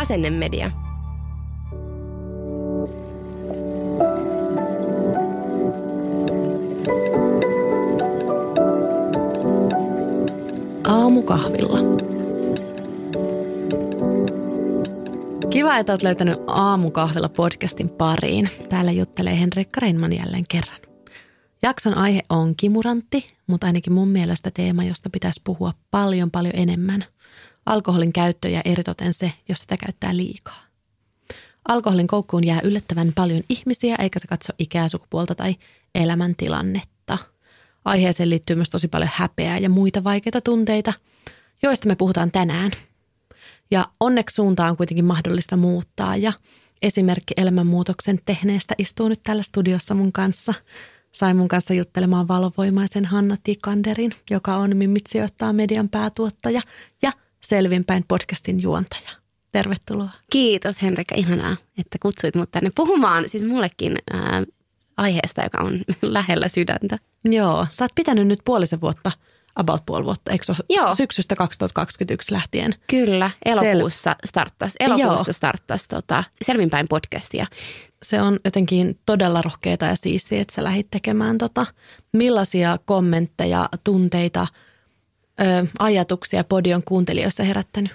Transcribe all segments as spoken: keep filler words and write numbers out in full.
Asennemedia. Aamukahvilla. Kiva, että olet löytänyt Aamukahvilla podcastin pariin. Täällä juttelee Henrikka Reinman jälleen kerran. Jakson aihe on kimurantti, mutta ainakin mun mielestä teema, josta pitäisi puhua paljon paljon enemmän. Alkoholin käyttö ja eritoten se, jos sitä käyttää liikaa. Alkoholin koukkuun jää yllättävän paljon ihmisiä, eikä se katso ikää, sukupuolta tai elämäntilannetta. Aiheeseen liittyy myös tosi paljon häpeää ja muita vaikeita tunteita, joista me puhutaan tänään. Ja onneksi suuntaa on kuitenkin mahdollista muuttaa ja esimerkki elämänmuutoksen tehneestä istuu nyt täällä studiossa mun kanssa. Sain mun kanssa juttelemaan valovoimaisen Hanna Tikanderin, joka on Mimmit sijoittaa median päätuottaja ja Selvinpäin podcastin juontaja. Tervetuloa. Kiitos Henrikka, ihanaa, että kutsuit mut tänne puhumaan siis mullekin ää, aiheesta, joka on lähellä sydäntä. Joo, sä oot pitänyt nyt puolisen vuotta, about puoli vuotta, eikö ole syksystä kaksituhattakaksikymmentäyksi lähtien? Kyllä, elokuussa Sel- starttas, elokuussa starttas tota, Selvinpäin podcastia. Se on jotenkin todella rohkeata ja siistiä, että sä lähdit tekemään tota. Millaisia kommentteja, tunteita, ö, ajatuksia podi on kuuntelijoissa herättänyt?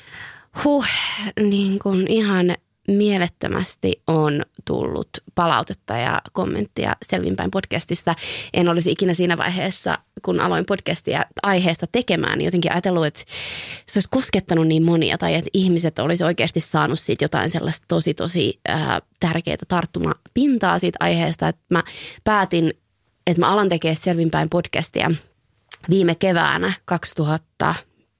Huh, niin kuin ihan mielettömästi on tullut palautetta ja kommenttia Selvinpäin podcastista. En olisi ikinä siinä vaiheessa, kun aloin podcastia aiheesta tekemään, niin jotenkin ajatellut, että se olisi koskettanut niin monia tai että ihmiset olisi oikeasti saanut siitä jotain sellaista tosi, tosi äh, tärkeää tarttumapintaa siitä aiheesta. Että mä päätin, että mä alan tekemään Selvinpäin podcastia viime keväänä kaksituhatta,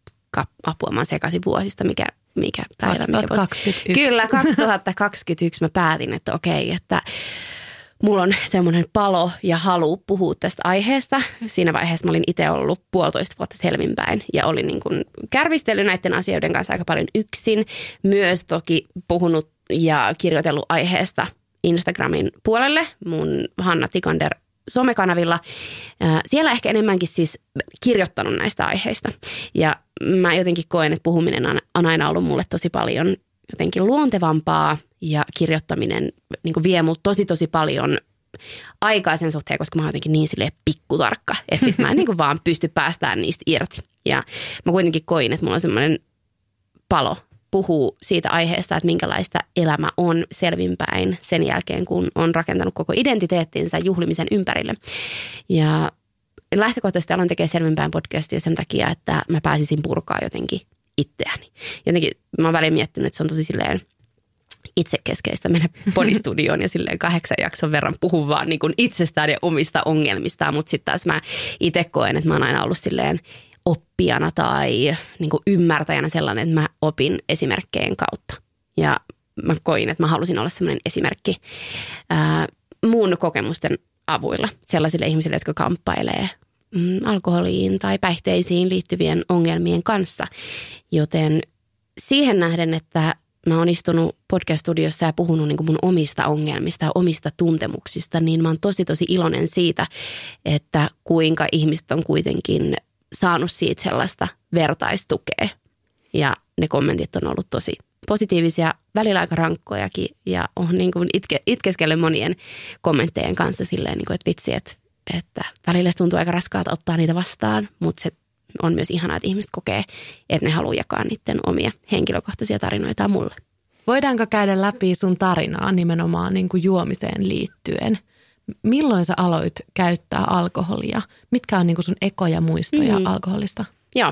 apua mä oon sekaisin vuosista, mikä Mikä päivä, kaksituhattakaksikymmentäyksi. Mikä Kyllä, kaksituhattakaksikymmentäyksi mä päätin, että okei, että mulla on semmoinen palo ja halu puhua tästä aiheesta. Siinä vaiheessa mä olin itse ollut puolitoista vuotta selvinpäin ja olin niin kuin kärvistellyt näiden asioiden kanssa aika paljon yksin. Myös toki puhunut ja kirjoitellut aiheesta Instagramin puolelle mun Hanna Tikander somekanavilla. Siellä ehkä enemmänkin siis kirjoittanut näistä aiheista. Ja mä jotenkin koen, että puhuminen on aina ollut mulle tosi paljon jotenkin luontevampaa ja kirjoittaminen niin kuin vie mut tosi tosi paljon aikaa sen suhteen, koska mä oon jotenkin niin silleen pikkutarkka, että sit mä en niin kuin vaan pysty päästään niistä irti. Ja mä kuitenkin koin, että mulla on semmoinen palo puhuu siitä aiheesta, että minkälaista elämä on selvinpäin sen jälkeen, kun on rakentanut koko identiteettinsä juhlimisen ympärille. Ja lähtökohtaisesti aloin tekemään Selvinpäin podcastia sen takia, että mä pääsisin purkaa jotenkin itseäni. Jotenkin mä oon väliin miettinyt, että se on tosi silleen itsekeskeistä mennä podistudioon ja silleen kahdeksan jakson verran puhua vaan niin kuin itsestään ja omista ongelmistaan, mutta sitten taas mä itse koen, että mä oon aina ollut silleen oppijana tai niin kuin ymmärtäjänä sellainen, että mä opin esimerkkeen kautta. Ja mä koin, että mä halusin olla sellainen esimerkki ää, muun kokemusten avuilla sellaisille ihmisille, jotka kamppailee mm, alkoholiin tai päihteisiin liittyvien ongelmien kanssa. Joten siihen nähden, että mä oon istunut podcast-studiossa ja puhunut niin kuin mun omista ongelmista ja omista tuntemuksista, niin mä oon tosi tosi iloinen siitä, että kuinka ihmiset on kuitenkin saanut siitä sellaista vertaistukea. Ja ne kommentit on ollut tosi positiivisia, välillä aika rankkojakin ja on niin kuin itke, itkeskellen monien kommenttejen kanssa silleen, niin kuin, että vitsi, että, että välillä se tuntuu aika raskaalta ottaa niitä vastaan, mutta se on myös ihanaa, että ihmiset kokee, että ne haluaa jakaa niiden omia henkilökohtaisia tarinoita mulle. Voidaanko käydä läpi sun tarinaa nimenomaan niin kuin juomiseen liittyen? Milloin sä aloit käyttää alkoholia? Mitkä on niin kuin sun ekoja muistoja mm. alkoholista? Joo.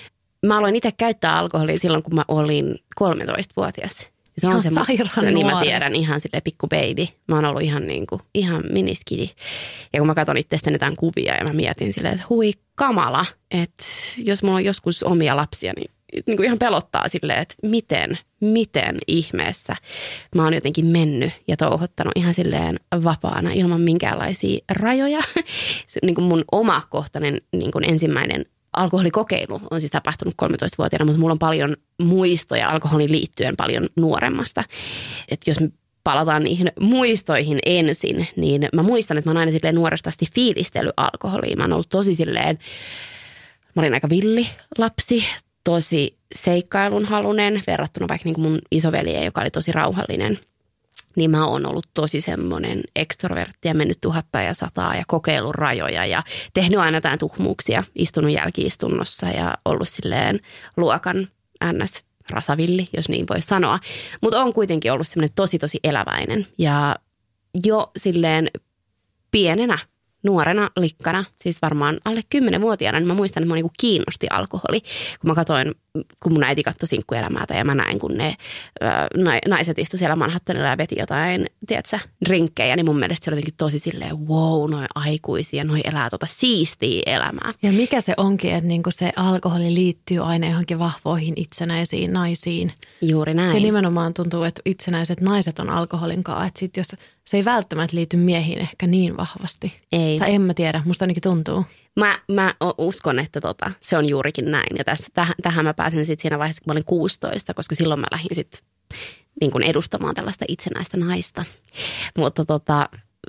Mä aloin itse käyttää alkoholia silloin, kun mä olin kolmetoistavuotias. Se on ihan sairaan niin nuori. Mä tiedän, ihan silleen pikku baby. Mä oon ollut ihan niin kuin, ihan miniskidi. Ja kun mä katson itsestäni jotain kuvia ja mä mietin silleen, että hui kamala, että jos mulla on joskus omia lapsia, niin, niin kuin ihan pelottaa silleen, että miten, miten ihmeessä mä oon jotenkin mennyt ja touhottanut ihan silleen vapaana ilman minkäänlaisia rajoja. Se, niin kuin mun omakohtainen niin kuin ensimmäinen alkoholikokeilu on siis tapahtunut kolmetoistavuotiaana, mutta mulla on paljon muistoja alkoholin liittyen paljon nuoremmasta. Että jos me palataan niihin muistoihin ensin, niin mä muistan, että mä oon aina silleen nuoresta asti fiilistellyt alkoholia. Mä oon ollut tosi silleen, mä olin aika villi lapsi, tosi seikkailunhalunen verrattuna vaikka niin kuin mun isoveljeen, joka oli tosi rauhallinen. Niin mä oon ollut tosi semmoinen ekstrovertti ja mennyt tuhatta ja sataa ja kokeillut rajoja ja tehnyt aina jotain tuhmuuksia, istunut jälki-istunnossa ja ollut silleen luokan ns. Rasavilli, jos niin voi sanoa. Mutta on kuitenkin ollut semmoinen tosi tosi eläväinen ja jo silleen pienenä, nuorena likkana, siis varmaan alle kymmenvuotiaana, niin mä muistan, että mä niinku kiinnosti alkoholi. Kun mä katsoin, kun mun äiti katsoi sinkkuelämäätä ja mä näin, kun ne ö, naiset istu siellä Manhattanilla ja veti jotain, tiedätkö, drinkkejä, niin mun mielestä se oli jotenkin tosi silleen, wow, noi aikuisia, noi elää tota siistiä elämää. Ja mikä se onkin, että niinku se alkoholi liittyy aina johonkin vahvoihin itsenäisiin naisiin. Juuri näin. Ja nimenomaan tuntuu, että itsenäiset naiset on alkoholin kanssa, että sit jos se ei välttämättä liity miehiin ehkä niin vahvasti. Ei. Tai en mä tiedä, musta ainakin tuntuu. Mä, mä uskon, että tota, se on juurikin näin. Ja tässä, täh, tähän mä pääsen sitten siinä vaiheessa, kun mä olin kuusitoista, koska silloin mä lähdin sitten niin kuin edustamaan tällaista itsenäistä naista. Mutta tota,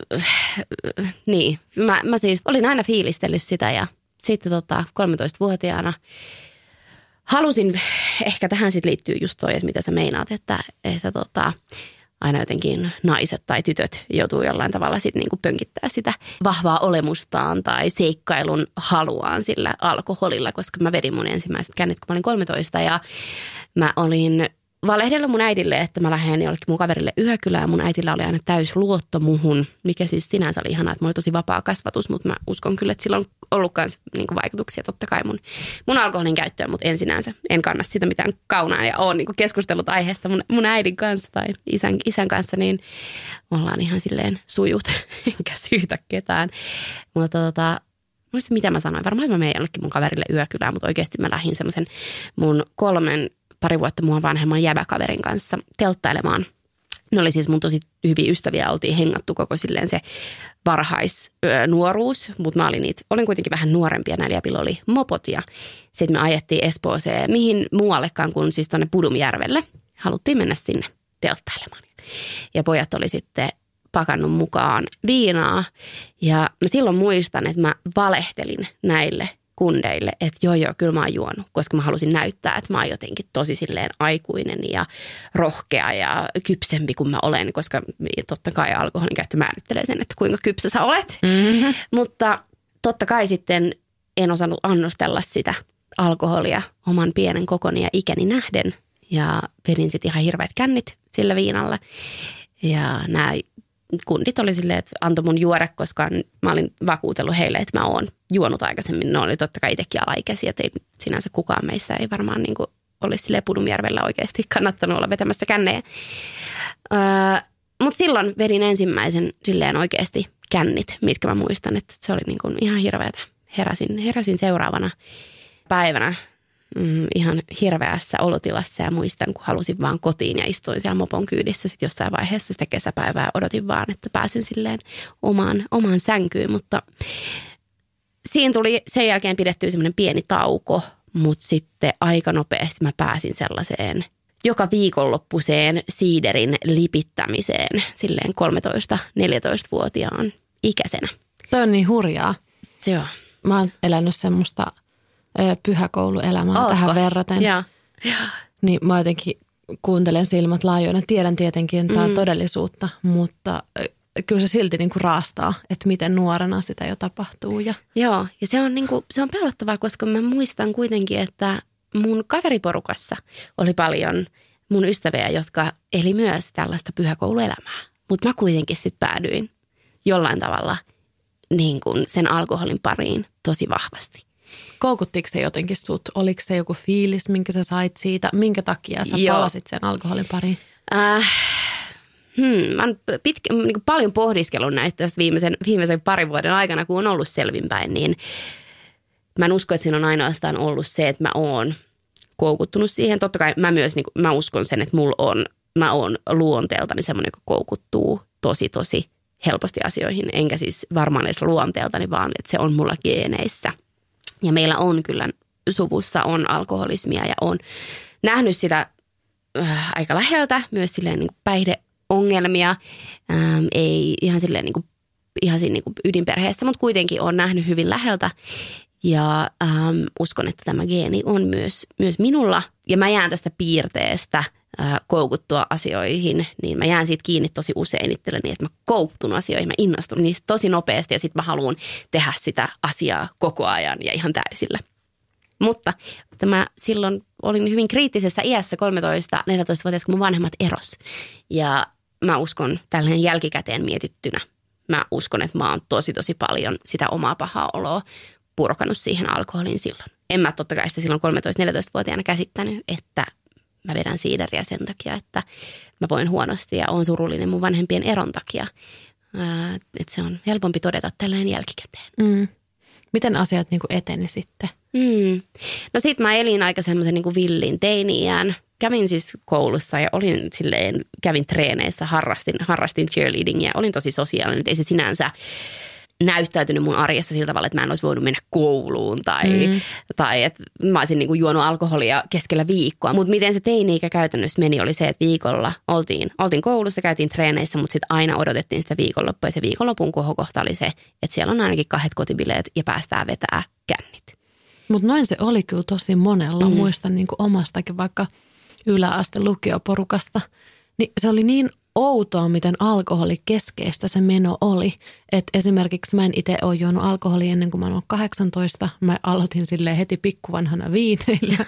niin, mä, mä siis olin aina fiilistellyt sitä ja sitten tota, kolmetoistavuotiaana halusin, ehkä tähän sitten liittyy just toi, että mitä sä meinaat, että, että tota, aina jotenkin naiset tai tytöt joutuu jollain tavalla sitten niinku pönkittää sitä vahvaa olemustaan tai seikkailun haluaan sillä alkoholilla, koska mä vedin mun ensimmäiset kännit, kun mä olin kolmetoista ja mä olin valehdellut mun äidille, että mä lähden jollekin mun kaverille Yökylään. Mun äitillä oli aina täys luotto muhun, mikä siis sinänsä oli ihanaa, että mulla oli tosi vapaa kasvatus, mutta mä uskon kyllä, että sillä on ollut myös niinku vaikutuksia totta kai mun, mun alkoholin käyttöön, mutta en sinänsä. En kanna siitä mitään kaunaa ja oon niinku keskustellut aiheesta mun, mun äidin kanssa tai isän, isän kanssa, niin ollaan ihan silleen sujut, enkä syytä ketään. Mutta tota, muista mitä mä sanoin, varmaan mä menen jollekin mun kaverille Yökylään, mutta oikeasti mä lähdin semmoisen mun kolmen pari vuotta mua vanhemman jäbäkaverin kanssa telttailemaan. Ne oli siis mun tosi hyviä ystäviä, oltiin hengattu koko silleen se varhaisnuoruus, mutta mä olin niitä, olin kuitenkin vähän nuorempia, näillä jäbillä oli mopot ja sitten me ajettiin Espooseen, mihin muuallekaan kuin siis tuonne Pudumjärvelle. Haluttiin mennä sinne telttailemaan. Ja pojat oli sitten pakannut mukaan viinaa ja mä silloin muistan, että mä valehtelin näille kundeille, että joo joo, kyllä mä oon juonut, koska mä halusin näyttää, että mä oon jotenkin tosi silleen aikuinen ja rohkea ja kypsempi kuin mä olen, koska totta kai alkoholin käyttö määrittelee sen, että kuinka kypsä sä olet. Mm-hmm. Mutta totta kai sitten en osannut annostella sitä alkoholia oman pienen kokoni ja ikäni nähden ja vedin sitten ihan hirveät kännit sillä viinalla ja nämä kundit oli silleen, että antoi mun juoda, koska mä olin vakuutellut heille, että mä oon juonut aikaisemmin. Ne oli totta kai itsekin alaikäisiä, että ei sinänsä kukaan meistä ei varmaan niin kuin olisi silleen Pudumjärvellä oikeasti kannattanut olla vetämässä kännejä. Öö, Mutta silloin vedin ensimmäisen silleen oikeasti kännit, mitkä mä muistan, että se oli niin kuin ihan hirveätä. Heräsin, heräsin seuraavana päivänä mm, ihan hirveässä olotilassa ja muistan, kun halusin vaan kotiin ja istuin siellä mopon kyydissä sitten jossain vaiheessa sitä kesäpäivää. Odotin vaan, että pääsin silleen omaan, omaan sänkyyn, mutta siinä tuli sen jälkeen pidettyä semmoinen pieni tauko, mutta sitten aika nopeasti mä pääsin sellaiseen joka viikonloppuiseen siiderin lipittämiseen silleen kolmetoista-neljätoista-vuotiaan ikäisenä. Toi on niin hurjaa. Joo. Mä oon elänyt semmoista ö, pyhäkouluelämää Ootko? Tähän verraten. Joo. Niin mä jotenkin kuuntelen silmät laajoina. Tiedän tietenkin, että tämä on mm. todellisuutta, mutta kyllä se silti niinku raastaa, että miten nuorena sitä jo tapahtuu. Ja... Joo, ja se on, niinku, se on pelottavaa, koska mä muistan kuitenkin, että mun kaveriporukassa oli paljon mun ystäviä, jotka eli myös tällaista pyhäkouluelämää. Mutta mä kuitenkin sitten päädyin jollain tavalla niin kuin sen alkoholin pariin tosi vahvasti. Koukuttiko se jotenkin sut? Oliko se joku fiilis, minkä sä sait siitä? Minkä takia sä Joo. palasit sen alkoholin pariin? Äh, hmm, mä oon pitkä, niin kuin paljon pohdiskellut näistä tästä viimeisen, viimeisen parin vuoden aikana, kun on ollut selvinpäin, niin mä en usko, että siinä on ainoastaan ollut se, että mä oon koukuttunut siihen. Totta kai mä myös niin kuin, mä uskon sen, että mulla on, mä oon luonteeltani semmoinen, joka koukuttuu tosi, tosi helposti asioihin. Enkä siis varmaan edes luonteeltani, vaan että se on mulla geeneissä. Ja meillä on kyllä suvussa on alkoholismia ja on nähnyt sitä äh, aika läheltä, myös silleen niin kuin päihdeongelmia. Ähm, ei ihan silleen niin kuin, ihan siinä niin kuin ydinperheessä, mutta kuitenkin on nähnyt hyvin läheltä. Ja ähm, uskon, että tämä geeni on myös, myös minulla. Ja mä jään tästä piirteestä äh, koukuttua asioihin, niin mä jään siitä kiinni tosi usein itselleni, että mä kouktun asioihin, mä innostun niistä tosi nopeasti ja sitten mä haluan tehdä sitä asiaa koko ajan ja ihan täysillä. Mutta tämä silloin olin hyvin kriittisessä iässä kolmetoista-neljätoista-vuotias, kun mun vanhemmat eros. Ja mä uskon tällainen jälkikäteen mietittynä. Mä uskon, että mä oon tosi tosi paljon sitä omaa pahaa oloa purkanut siihen alkoholiin silloin. En mä totta kai sitä silloin kolmetoista-neljätoista-vuotiaana käsittänyt, että mä vedän siideriä sen takia, että mä voin huonosti ja oon surullinen mun vanhempien eron takia. Ää, että se on helpompi todeta tällainen jälkikäteen. Mm. Miten asiat niin kuin eteni sitten? Mm. No sit mä elin aika semmoisen niin kuin villin teini-iän. Kävin siis koulussa ja olin silleen, kävin treeneissä, harrastin, harrastin cheerleadingia. Olin tosi sosiaalinen, ei se sinänsä näyttäytynyt mun arjessa sillä tavalla, että mä en olisi voinut mennä kouluun tai, mm. tai että mä olisin niin kuin juonut alkoholia keskellä viikkoa. Mutta miten se teini-ikä käytännössä meni oli se, että viikolla oltiin, oltiin koulussa, käytiin treeneissä, mutta sitten aina odotettiin sitä viikonloppua. Ja se viikonlopun kohokohta oli se, että siellä on ainakin kahdet kotibileet ja päästään vetää kännit. Mutta noin se oli kyllä tosi monella. Mm. Muistan niin kuin omastakin vaikka yläaste lukioporukasta. Niin se oli niin outoa, miten alkoholi keskeistä se meno oli. Että esimerkiksi mä en itse ole juonut alkoholia ennen kuin mä olen kahdeksantoista. Mä aloitin silleen heti pikkuvanhana viineillä.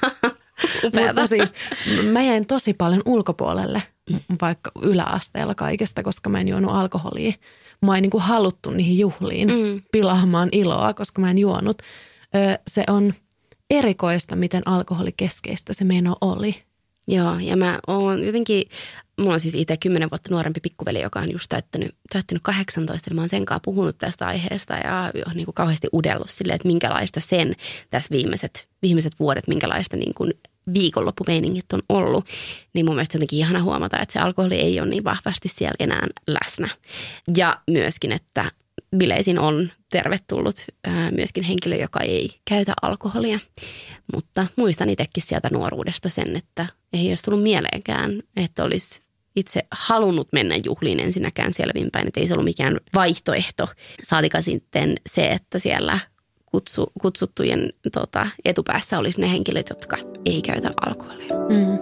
Mutta siis mä jäin tosi paljon ulkopuolelle, vaikka yläasteella kaikesta, koska mä en juonut alkoholia. Mä en niin kuin haluttu niihin juhliin mm. pilaamaan iloa, koska mä en juonut. Ö, se on erikoista, miten alkoholikeskeistä se meno oli. Joo, ja mä oon jotenkin, mulla on siis itse kymmenen vuotta nuorempi pikkuveli, joka on just täyttänyt, täyttänyt kahdeksantoista, eli mä oon sen kanssa puhunut tästä aiheesta ja niin kuin kauheasti udellut silleen, että minkälaista sen tässä viimeiset, viimeiset vuodet, minkälaista niin kuin viikonloppumeiningit on ollut, niin mun mielestä jotenkin ihana huomata, että se alkoholi ei ole niin vahvasti siellä enää läsnä. Ja myöskin, että bileisiin on tervetullut ää, myöskin henkilö, joka ei käytä alkoholia, mutta muistan itsekin sieltä nuoruudesta sen, että ei olisi tullut mieleenkään, että olisi itse halunnut mennä juhliin ensinnäkään selvinpäin, että ei se ollut mikään vaihtoehto. Saatika sitten se, että siellä kutsu, kutsuttujen tota, etupäässä olisi ne henkilöt, jotka ei käytä alkoholia. Mm.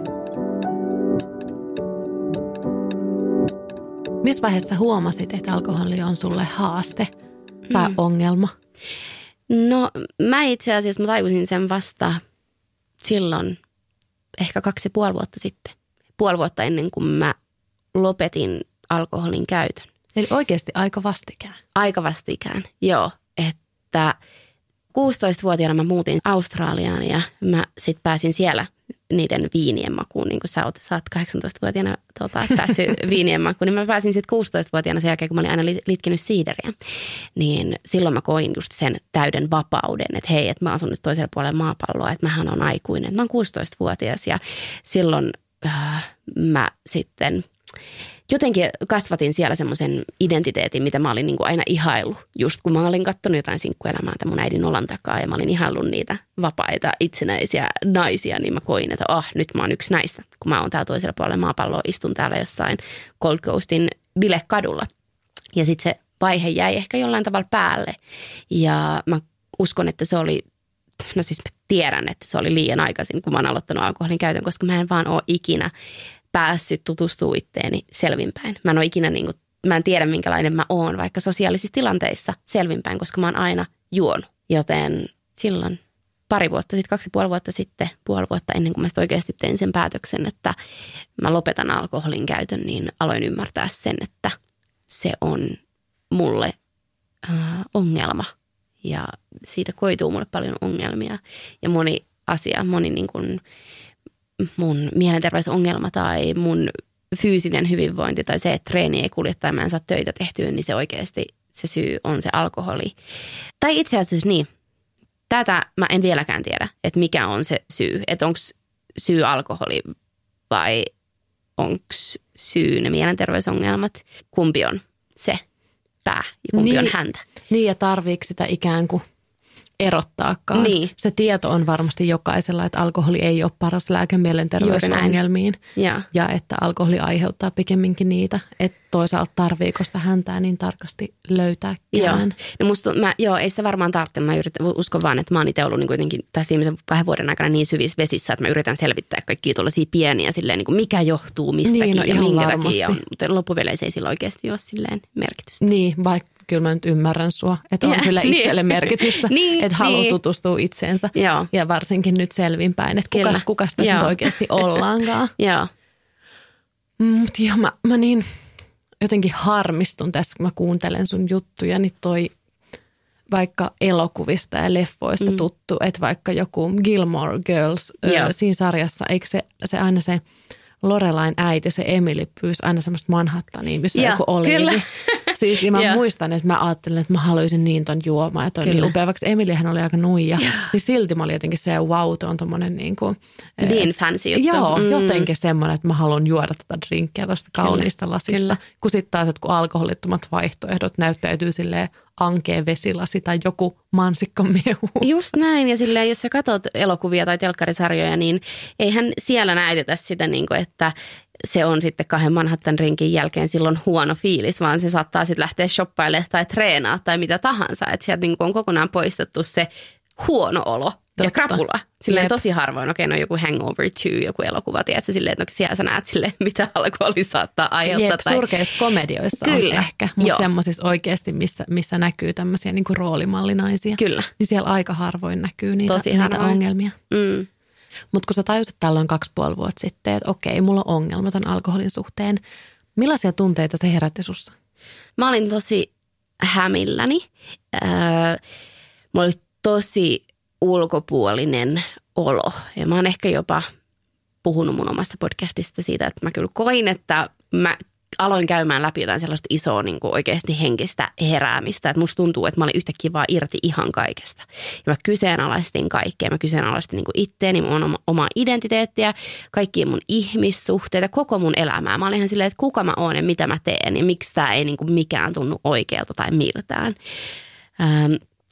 Missä vaiheessa huomasit, että alkoholi on sulle haaste tai mm. ongelma? No mä itse asiassa mä tajusin sen vasta silloin ehkä kaksi ja puoli vuotta sitten. Puoli vuotta ennen kuin mä lopetin alkoholin käytön. Eli oikeasti aika vastikään? Aika vastikään, joo. Että kuusitoistavuotiaana mä muutin Australiaan ja mä sit pääsin siellä niiden viinien makuun, niin kuin sä oot, sä oot kahdeksantoistavuotiaana tota, päässyt viinien makuun, niin mä pääsin sitten kuusitoistavuotiaana sen jälkeen, kun mä olin aina litkinyt siideriä. Niin silloin mä koin just sen täyden vapauden, että hei, että mä asun nyt toisella puolella maapalloa, että mähän on aikuinen. Mä oon kuusitoistavuotias ja silloin äh, mä sitten jotenkin kasvatin siellä semmoisen identiteetin, mitä mä olin niin kuin aina ihaillut. Just kun mä olin katsonut jotain sinkkuelämää tämän mun äidin olan takaa ja mä olin ihaillut niitä vapaita itsenäisiä naisia, niin mä koin, että oh, nyt mä oon yksi näistä. Kun mä oon täällä toisella puolella maapalloa, istun täällä jossain Gold Coastin bilekadulla. Ja sitten se vaihe jäi ehkä jollain tavalla päälle. Ja mä uskon, että se oli, no siis mä tiedän, että se oli liian aikaisin, kun mä oon aloittanut alkoholin käytön, koska mä en vaan ole ikinä päässyt tutustua itteeni selvinpäin. Mä en ole ikinä niin kuin, mä en tiedä minkälainen mä oon vaikka sosiaalisissa tilanteissa selvinpäin, koska mä oon aina juonut. Joten silloin pari vuotta sitten, kaksi puoli vuotta sitten, puoli vuotta ennen kuin mä oikeasti tein sen päätöksen, että mä lopetan alkoholin käytön, niin aloin ymmärtää sen, että se on mulle äh, ongelma. Ja siitä koituu mulle paljon ongelmia ja moni asia, moni niin kuin mun mielenterveysongelma tai mun fyysinen hyvinvointi tai se, että treeni ei kulje tai mä en saa töitä tehtyä, niin se oikeasti se syy on se alkoholi. Tai itse asiassa niin, tätä mä en vieläkään tiedä, että mikä on se syy. Että onko syy alkoholi vai onko syy ne mielenterveysongelmat. Kumpi on se pää ja kumpi niin, on häntä. Niin ja tarviiko sitä ikään kuin erottaakaan. Niin. Se tieto on varmasti jokaisella, että alkoholi ei ole paras lääke mielenterveysongelmiin. Ja. ja että alkoholi aiheuttaa pikemminkin niitä, että toisaalta tarviiko sitä häntää niin tarkasti löytääkään. Joo, no musta, mä, joo ei sitä varmaan tarvitse. Mä yritän, uskon vaan, että mä oon itse ollut niin kuitenkin tässä viimeisen kahden vuoden aikana niin syvissä vesissä, että mä yritän selvittää kaikkia tuollaisia pieniä silleen, niin kuin mikä johtuu mistäkin niin, no, ja minkä varmasti. Takia on. Mutta loppupeleissä ei sillä oikeasti ole silleen merkitystä. Niin, vaikka kyllä mä nyt ymmärrän sua, että on ja, sillä itselle niin. merkitystä, niin, että haluaa niin. tutustua itseensä. Joo. Ja varsinkin nyt selvinpäin, että kukas, kukas tässä nyt oikeasti ollaankaan. Joo. Mutta joo, mä, mä niin jotenkin harmistun tässä, kun mä kuuntelen sun juttuja, niin toi vaikka elokuvista ja leffoista mm. tuttu, että vaikka joku Gilmore Girls ö, siinä sarjassa, eikö se, se aina se Lorelain äiti, se Emily pyysi aina semmoista Manhattania, missä joku oliivi. Siis ja mä ja. muistan, että mä ajattelin, että mä haluaisin niin ton juomaa ja toi niin upea. Vaikka Emilyhän oli aika nuija, ja. niin silti mä olin jotenkin se wow, on tommonen niin kuin. Niin fancy juttu. Joo, mm. jotenkin semmoinen, että mä haluan juoda tota drinkkiä tosta kauniista lasista. Kyllä. Kun sitten taas jotkut alkoholittomat vaihtoehdot näyttäytyy silleen ankea vesilasi tai joku mansikkamehu. Just näin. Ja silleen, jos sä katsot elokuvia tai telkkarisarjoja, niin eihän siellä näytetä sitä, niin kuin, että se on sitten kahden Manhattan rinkin jälkeen silloin huono fiilis, vaan se saattaa sitten lähteä shoppailemaan tai treenaa tai mitä tahansa. Että sieltä niin kuin on kokonaan poistettu se huono olo. Totta. Ja krapula. Silleen Jep. tosi harvoin, okei, no joku Hangover two, joku elokuva, tiedätkö, silleen, että no, siellä sä näet silleen, mitä alkoholi saattaa aiheuttaa. Jep, tai surkeissa komedioissa Kyllä. on ehkä, mutta semmoisissa oikeasti, missä, missä näkyy tämmöisiä niin kuin roolimallinaisia. Kyllä. Niin siellä aika harvoin näkyy niitä, niitä ongelmia. Mm. Mutta kun sä tajusit tällöin kaksi puoli vuotta sitten, että okei, mulla on ongelma ton alkoholin suhteen. Millaisia tunteita se herätti sussa? Mä olin tosi hämilläni. Öö, mulla oli tosi ulkopuolinen olo. Ja mä oon ehkä jopa puhunut mun omasta podcastista siitä, että mä kyllä koin, että mä aloin käymään läpi jotain sellaista isoa niin kuin oikeasti henkistä heräämistä. Että musta tuntuu, että mä olin yhtäkkiä vaan irti ihan kaikesta. Ja mä kyseenalaistin kaikkea. Mä kyseenalaistin niin kuin itteeni, mun oma, omaa identiteettiä, kaikkia mun ihmissuhteita, koko mun elämää. Mä olin ihan silleen, että kuka mä oon ja mitä mä teen ja miksi tää ei niin kuin mikään tunnu oikealta tai miltään. Ähm,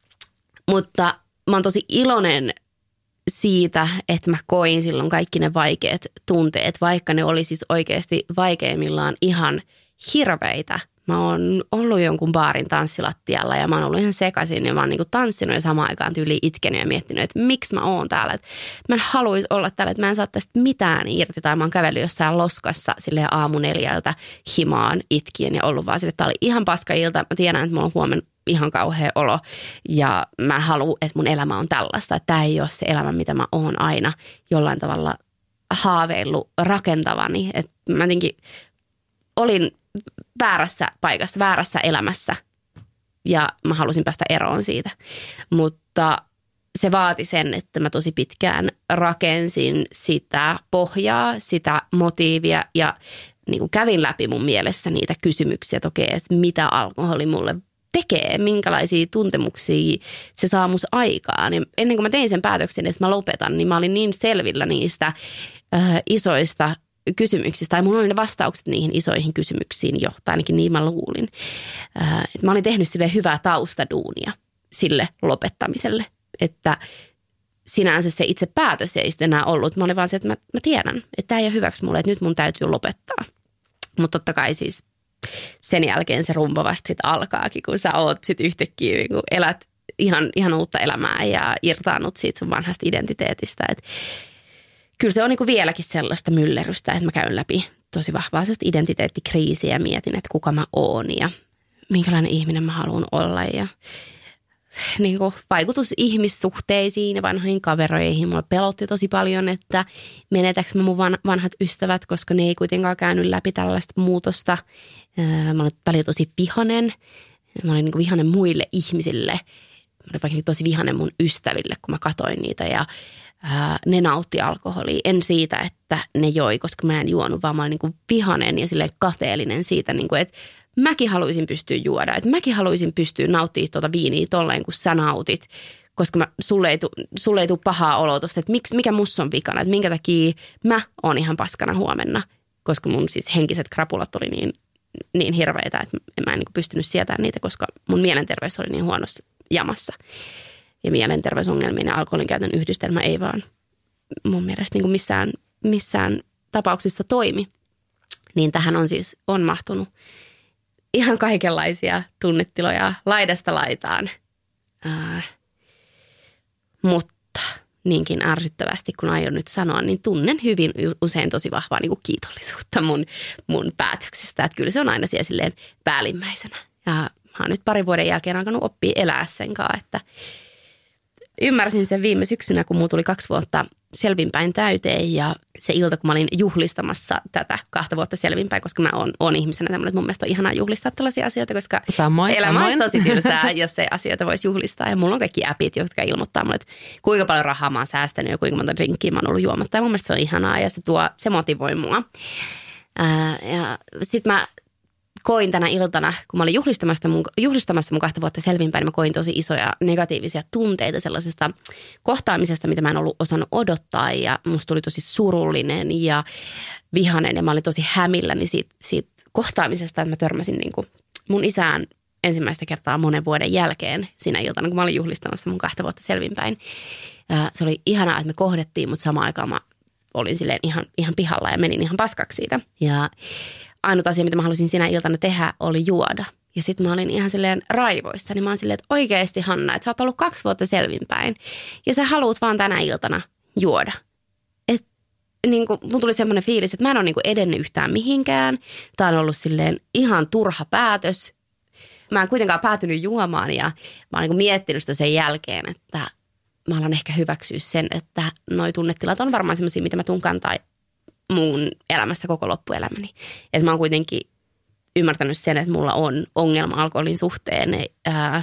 mutta mä oon tosi iloinen siitä, että mä koin silloin kaikki ne vaikeat tunteet, vaikka ne oli siis oikeasti vaikeimmillaan ihan hirveitä. Mä oon ollut jonkun baarin tanssilattialla ja mä oon ollut ihan sekaisin ja mä oon niinku tanssinut ja samaan aikaan tyyliin itkenyt ja miettinyt, että miksi mä oon täällä. Että mä en haluaisi olla täällä, että mä en saa tästä mitään irti tai mä oon kävellyt jossain loskassa silleen aamu neljältä himaan itkien ja ollut vaan sille, että tää oli ihan paska ilta. Mä tiedän, että mulla on huomenna ihan kauhea olo ja mä en halua, että mun elämä on tällaista. Että tää ei ole se elämä, mitä mä oon aina jollain tavalla haaveillut rakentavani. Että mä jotenkin olin väärässä paikassa, väärässä elämässä ja mä halusin päästä eroon siitä. Mutta se vaati sen, että mä tosi pitkään rakensin sitä pohjaa, sitä motiivia ja niin kuin kävin läpi mun mielessä niitä kysymyksiä, että okei, että mitä alkoholi mulle tekee, minkälaisia tuntemuksia se saa musta aikaan. Ja ennen kuin mä tein sen päätöksen, että mä lopetan, niin mä olin niin selvillä niistä äh, isoista kysymyksistä, tai mulla oli ne vastaukset niihin isoihin kysymyksiin jo, tai ainakin niin mä luulin. Äh, että mä olin tehnyt sille hyvää taustaduunia sille lopettamiselle, että sinänsä se itse päätös ei sitten enää ollut. Mä olin vaan se, että mä, mä tiedän, että tämä ei ole hyväksi mulle, että nyt mun täytyy lopettaa. Mutta totta kai siis sen jälkeen se rumba vasta sitten alkaakin, kun sä oot sitten yhtäkkiä, niin kun elät ihan, ihan uutta elämää ja irtaannut siitä sun vanhasta identiteetistä. Et kyllä se on niin kuin vieläkin sellaista myllerrystä, että mä käyn läpi tosi vahvaa identiteettikriisiä ja mietin, että kuka mä oon ja minkälainen ihminen mä haluan olla ja niin kuin vaikutus ihmissuhteisiin ja vanhoihin kavereihin. Mulla pelotti tosi paljon, että menetäks mä mun vanhat ystävät, koska ne ei kuitenkaan käynyt läpi tällaista muutosta. Mä olin paljon tosi vihanen. Mä olin niin kuin vihanen muille ihmisille. Mä olin vaikka tosi vihanen mun ystäville, kun mä katoin niitä ja ää, ne nautti alkoholia. En siitä, että ne joi, koska mä en juonut, vaan mä olin niin kuin vihanen ja silleen kateellinen siitä, niin kuin, että mäkin haluaisin pystyä juoda, että mäkin haluaisin pystyä nauttimaan tuota viiniä tolleen, kun sä nautit, koska mä, sulle, ei tu, sulle ei tule pahaa olotusta, että miksi, mikä musta on vikana, että minkä takia mä oon ihan paskana huomenna, koska mun siis henkiset krapulat oli niin, niin hirveitä, että mä en niin kuin pystynyt sietämään niitä, koska mun mielenterveys oli niin huonossa jamassa. ja mielenterveysongelmien ja alkoholin käytön yhdistelmä ei vaan mun mielestä niin kuin missään, missään tapauksissa toimi. Niin tähän on siis on mahtunut ihan kaikenlaisia tunnetiloja laidasta laitaan. Äh, mutta niinkin ärsyttävästi, kun aion nyt sanoa, niin tunnen hyvin usein tosi vahvaa niin kuin kiitollisuutta mun, mun päätöksestä. Että kyllä se on aina siellä silleen päällimmäisenä. Ja mä oon nyt parin vuoden jälkeen alkanut oppia elää sen kanssa, että ymmärsin sen viime syksynä, kun mulla tuli kaksi vuotta selvinpäin täyteen ja se ilta, kun mä olin juhlistamassa tätä kahta vuotta selvinpäin, koska mä oon, oon ihmisenä semmoinen, että mun mielestä on ihanaa juhlistaa tällaisia asioita, koska samoin, elämä samoin. olisi tosi tylsää, jos ei asioita voisi juhlistaa. Ja mulla on kaikki appit, jotka ilmoittaa mulle, että kuinka paljon rahaa mä oon säästänyt ja kuinka monta drinkkiä mä oon ollut juomatta. Ja mun mielestä se on ihanaa ja se, tuo, se motivoi mua. Ää, ja sit mä koin tänä iltana, kun mä olin juhlistamassa mun, juhlistamassa mun kahta vuotta selvinpäin, niin mä koin tosi isoja negatiivisia tunteita sellaisesta kohtaamisesta, mitä mä en ollut osannut odottaa. Ja musta tuli tosi surullinen ja vihainen ja mä olin tosi hämilläni siitä, siitä kohtaamisesta, että mä törmäsin niin kuin mun isään ensimmäistä kertaa monen vuoden jälkeen siinä iltana, kun mä olin juhlistamassa mun kahta vuotta selvinpäin. Se oli ihanaa, että me kohdettiin, mutta samaan aikaan mä olin silleen ihan, ihan pihalla ja menin ihan paskaksi siitä. Ja ainut asia, mitä mä halusin sinä iltana tehdä, oli juoda. Ja sitten mä olin ihan silleen raivoissa. Niin mä olin silleen, että oikeasti Hanna, että sä oot ollut kaksi vuotta selvinpäin. Ja sä haluut vaan tänä iltana juoda. Et niin kuin, mun tuli semmoinen fiilis, että mä en ole niin kuin edennyt yhtään mihinkään. Tää on ollut silleen ihan turha päätös. Mä en kuitenkaan päätynyt juomaan ja mä oon niin kuin miettinyt sitä sen jälkeen, että mä alan ehkä hyväksyä sen, että noi tunnetilat on varmaan semmoisia, mitä mä tuun kantaa mun elämässä koko loppuelämäni. Että mä oon kuitenkin ymmärtänyt sen, että mulla on ongelma alkoholin suhteen ää,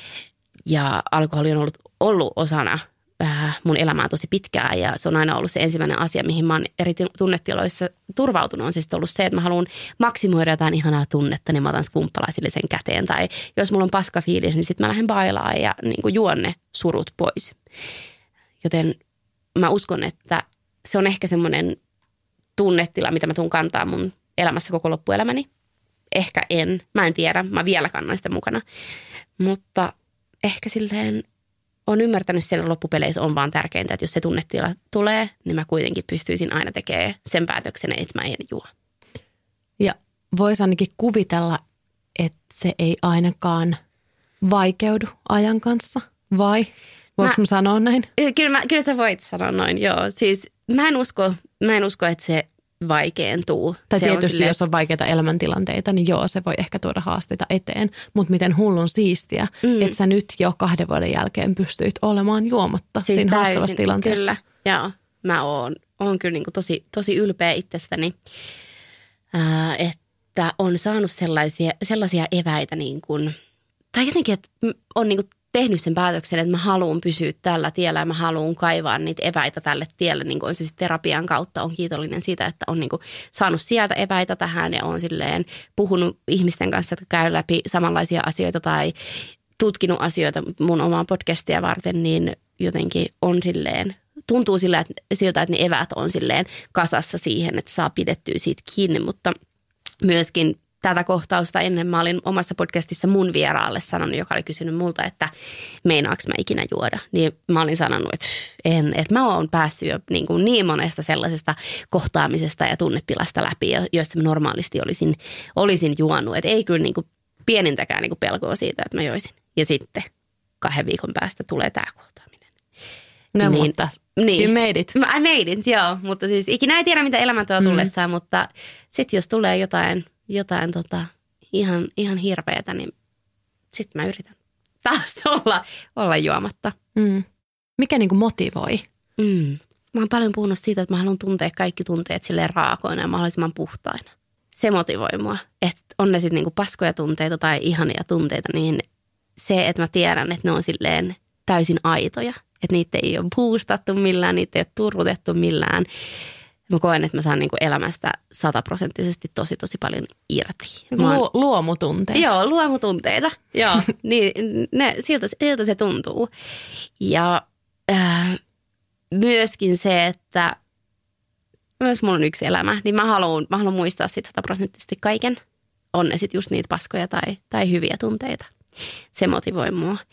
ja alkoholi on ollut, ollut osana ää, mun elämää tosi pitkään ja se on aina ollut se ensimmäinen asia, mihin mä oon eri tunnetiloissa turvautunut. On siis ollut se, että mä haluan maksimoida jotain ihanaa tunnetta, niin mä otan skumppalaisille sen käteen. Tai jos mulla on paska fiilis, niin sitten mä lähden bailaan ja niin kuin juon ne surut pois. Joten mä uskon, että se on ehkä semmoinen tunnetila, mitä mä tuun kantaa mun elämässä koko loppuelämäni. Ehkä en. Mä en tiedä. Mä vielä kannan sitä mukana. Mutta ehkä silleen on ymmärtänyt siellä loppupeleissä on vaan tärkeintä, että jos se tunnetila tulee, niin mä kuitenkin pystyisin aina tekemään sen päätöksen, että mä en juo. Ja voisi ainakin kuvitella, että se ei ainakaan vaikeudu ajan kanssa, vai? Voinko mä, mä sanoa näin? Kyllä, mä, kyllä sä voit sanoa noin, joo. Siis mä en usko, mä en usko että se vaikeentuu. Tai se tietysti, on silleen, jos on vaikeita elämäntilanteita, niin joo, se voi ehkä tuoda haasteita eteen. Mutta miten hullun siistiä, mm. että sä nyt jo kahden vuoden jälkeen pystyit olemaan juomatta siis siinä täysin, haastavassa tilanteessa. Kyllä, joo. Mä oon, oon kyllä niin kuin tosi, tosi ylpeä itsestäni, äh, että on saanut sellaisia, sellaisia eväitä niin kuin, tai jotenkin, että on niin kuin tehnyt sen päätöksen, että mä haluan pysyä tällä tiellä ja mä haluan kaivaa niitä eväitä tälle tielle, niin kuin on se sitten terapian kautta. On kiitollinen siitä, että on niin kuin saanut sieltä eväitä tähän ja on silleen puhunut ihmisten kanssa, jotka käy läpi samanlaisia asioita tai tutkinut asioita mun omaa podcastia varten, niin jotenkin on silleen, tuntuu sillä, että, siltä, että ne eväät on silleen kasassa siihen, että saa pidettyä siitä kiinni, mutta myöskin tätä kohtausta ennen mä olin omassa podcastissa mun vieraalle sanonut, joka oli kysynyt multa, että meinaaks mä ikinä juoda. Niin mä olin sanonut, että en, että mä oon päässyt jo niin, kuin niin monesta sellaisesta kohtaamisesta ja tunnetilasta läpi, joista mä normaalisti olisin, olisin juonut. Että ei kyllä niin kuin pienintäkään niin kuin pelkoa siitä, että mä joisin. Ja sitten kahden viikon päästä tulee tää kohtaaminen. No niin, mutta niin. You made it. I made it, joo. Mutta siis ikinä ei tiedä, mitä elämä tuo tullessaan, mm. mutta sitten jos tulee jotain... jotain tota, ihan, ihan hirveätä, niin sitten mä yritän taas olla, olla juomatta. Mm. Mikä niinku motivoi? Mm. Mä oon paljon puhunut siitä, että mä haluan tuntea kaikki tunteet silleen raakoina ja mahdollisimman puhtaina. Se motivoi mua. Että on ne sitten niinku paskoja tunteita tai ihania tunteita, niin se, että mä tiedän, että ne on silleen täysin aitoja. Että niitä ei ole boostattu millään, niitä ei ole turrutettu millään. Mä koen, että mä saan niinku elämästä sataprosenttisesti tosi, tosi paljon irti. Oon... Luomutunteita. Joo, luomutunteita. Joo, niin, ne, siltä, siltä se tuntuu. Ja äh, myöskin se, että myös mulla on yksi elämä, niin mä haluan, mä haluan muistaa sit sataprosenttisesti kaiken. On ne sit just niitä paskoja tai, tai hyviä tunteita. Se motivoi mua.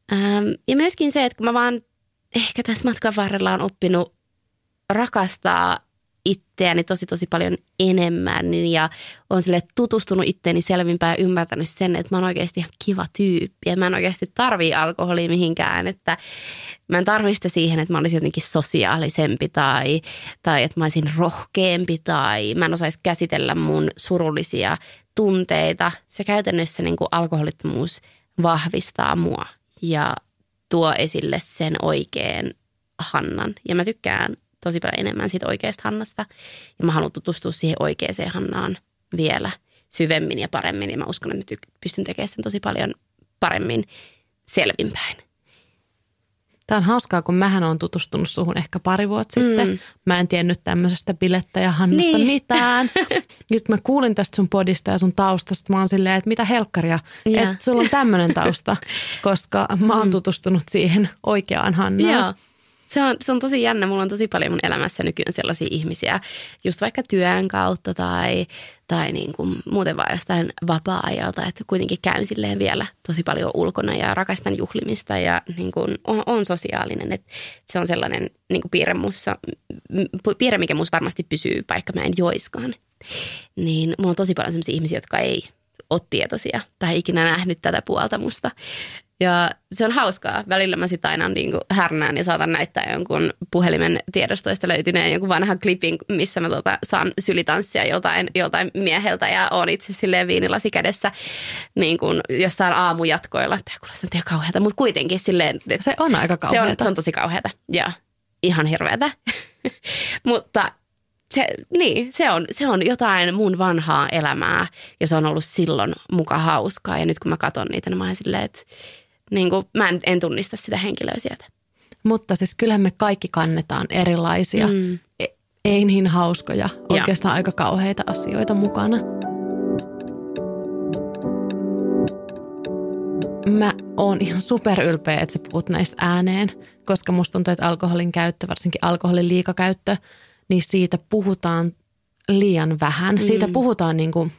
Ähm, ja myöskin se, että kun mä vaan ehkä tässä matkan varrella on oppinut rakastaa itseäni tosi tosi paljon enemmän ja on sille tutustunut itteeni selvinpäin ja ymmärtänyt sen, että mä oon oikeasti ihan kiva tyyppi ja mä en oikeasti tarvii alkoholia mihinkään, että mä en tarvii sitä siihen, että mä olisin jotenkin sosiaalisempi tai, tai että mä olisin rohkeampi tai mä en osaisi käsitellä mun surullisia tunteita. Se käytännössä niin kuin alkoholittomuus vahvistaa mua ja tuo esille sen oikean Hannan ja mä tykkään tosi paljon enemmän siitä oikeasta Hannasta. Ja mä haluan tutustua siihen oikeaan Hannaan vielä syvemmin ja paremmin. Ja mä uskon, että mä ty- pystyn tekemään sen tosi paljon paremmin selvinpäin. Tämä on hauskaa, kun mähän olen tutustunut suhun ehkä pari vuotta mm. sitten. Mä en tiennyt tämmöisestä Bilettä ja Hannasta niin. mitään. Just mä kuulin tästä sun podista ja sun taustasta. Mä oon silleen, että mitä helkkaria, yeah. että sulla on tämmöinen tausta, koska mä oon tutustunut siihen oikeaan Hannaan. Joo. Se on, se on tosi jännä. Mulla on tosi paljon mun elämässä nykyään sellaisia ihmisiä, just vaikka työn kautta tai, tai niin kuin muuten vaan jostain vapaa-ajalta, että kuitenkin käyn silleen vielä tosi paljon ulkona ja rakastan juhlimista ja niin kuin on, on sosiaalinen. Että se on sellainen niin kuin piirre, mussa, piirre, mikä musta varmasti pysyy, vaikka mä en joiskaan. Niin mulla on tosi paljon sellaisia ihmisiä, jotka ei ole tietoisia tai ikinä nähnyt tätä puolta musta. Ja se on hauskaa. Välillä mä sit aina niin kuin härnään ja saatan näyttää jonkun puhelimen tiedostoista löytyneen jonkun vanhan klipin, missä mä tota, saan sylitanssia joltain, joltain mieheltä ja oon itse silleen viinilasi kädessä niin kuin jossain aamujatkoilla. Tämä kuulostaa ihan kauheata, mutta kuitenkin silleen. Se on aika kauheata. Se on, se on tosi kauheata ja ihan hirveätä. Mutta se, niin, se, on, se on jotain mun vanhaa elämää ja se on ollut silloin muka hauskaa. Ja nyt kun mä katson niitä, niin mä oon silleen, että niin kuin, mä en, en tunnista sitä henkilöä sieltä. Mutta siis kyllähän me kaikki kannetaan erilaisia, mm. ei niin hauskoja, oikeastaan ja. aika kauheita asioita mukana. Mä oon ihan superylpeä, että sä puhut näistä ääneen, koska musta tuntuu, että alkoholin käyttö, varsinkin alkoholin liikakäyttö, niin siitä puhutaan liian vähän. Mm. Siitä puhutaan niin kuin,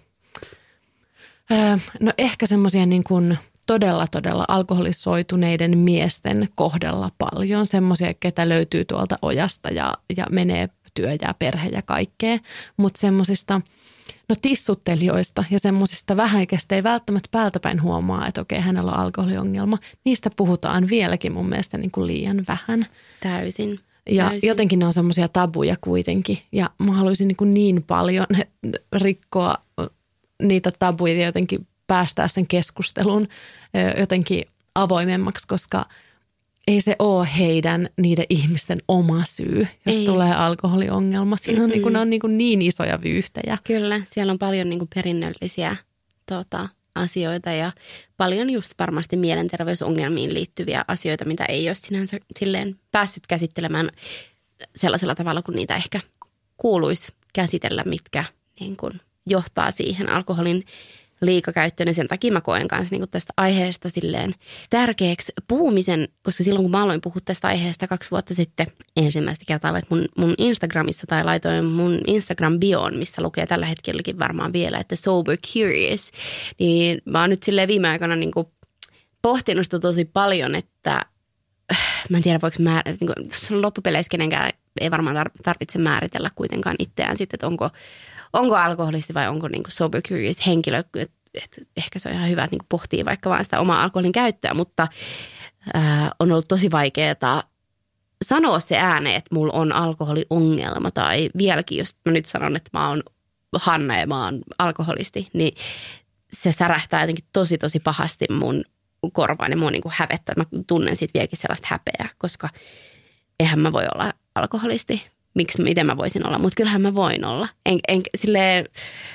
no ehkä semmoisia niin kuin todella, todella alkoholisoituneiden miesten kohdalla paljon. Semmoisia, ketä löytyy tuolta ojasta ja, ja menee työ ja perhe ja kaikkea. Mutta semmoisista no tissuttelijoista ja semmoisista vähän, kestä ei välttämättä päältäpäin huomaa, että okei, hänellä on alkoholiongelma. Niistä puhutaan vieläkin mun mielestä niin kuin liian vähän. Täysin. Ja Täysin. jotenkin ne on semmoisia tabuja kuitenkin. Ja mä haluaisin niin, kuin niin paljon rikkoa niitä tabuja ja jotenkin päästää sen keskustelun jotenkin avoimemmaksi, koska ei se ole heidän, niiden ihmisten oma syy, jos ei. tulee alkoholiongelma. Siinä on, niin, kuin, ne on niin, kuin niin isoja vyyhtejä. Kyllä, siellä on paljon niin kuin perinnöllisiä tota, asioita ja paljon just varmasti mielenterveysongelmiin liittyviä asioita, mitä ei ole sinänsä silleen päässyt käsittelemään sellaisella tavalla, kun niitä ehkä kuuluisi käsitellä, mitkä niin kuin johtaa siihen alkoholin liikakäyttöön. Ja sen takia mä koen kanssa niin tästä aiheesta silleen tärkeäksi puhumisen, koska silloin kun mä aloin puhua tästä aiheesta kaksi vuotta sitten ensimmäistä kertaa vaikka mun, mun Instagramissa tai laitoin mun Instagram-bioon, missä lukee tällä hetkelläkin varmaan vielä, että sober curious, niin mä oon nyt silleen viime aikoina niin kuin pohtinut sitä tosi paljon, että mä en tiedä voiko määritellä, niin kuin loppupeleissä kenenkään ei varmaan tarvitse määritellä kuitenkaan itseään sitten, että onko Onko alkoholisti vai onko niinku sober curious henkilö, että et ehkä se on ihan hyvä, että niinku pohtii vaikka vaan sitä omaa alkoholin käyttöä, mutta ää, on ollut tosi vaikeaa sanoa se ääneen, että mulla on alkoholiongelma tai vieläkin, jos mä nyt sanon, että mä oon Hanna ja mä oon alkoholisti, niin se särähtää jotenkin tosi tosi pahasti mun korvaan ja mua niinku hävettää. Mä tunnen siitä vieläkin sellaista häpeää, koska eihän mä voi olla alkoholisti. Miksi, miten mä voisin olla, mutta kyllähän mä voin olla. En, en, silleen,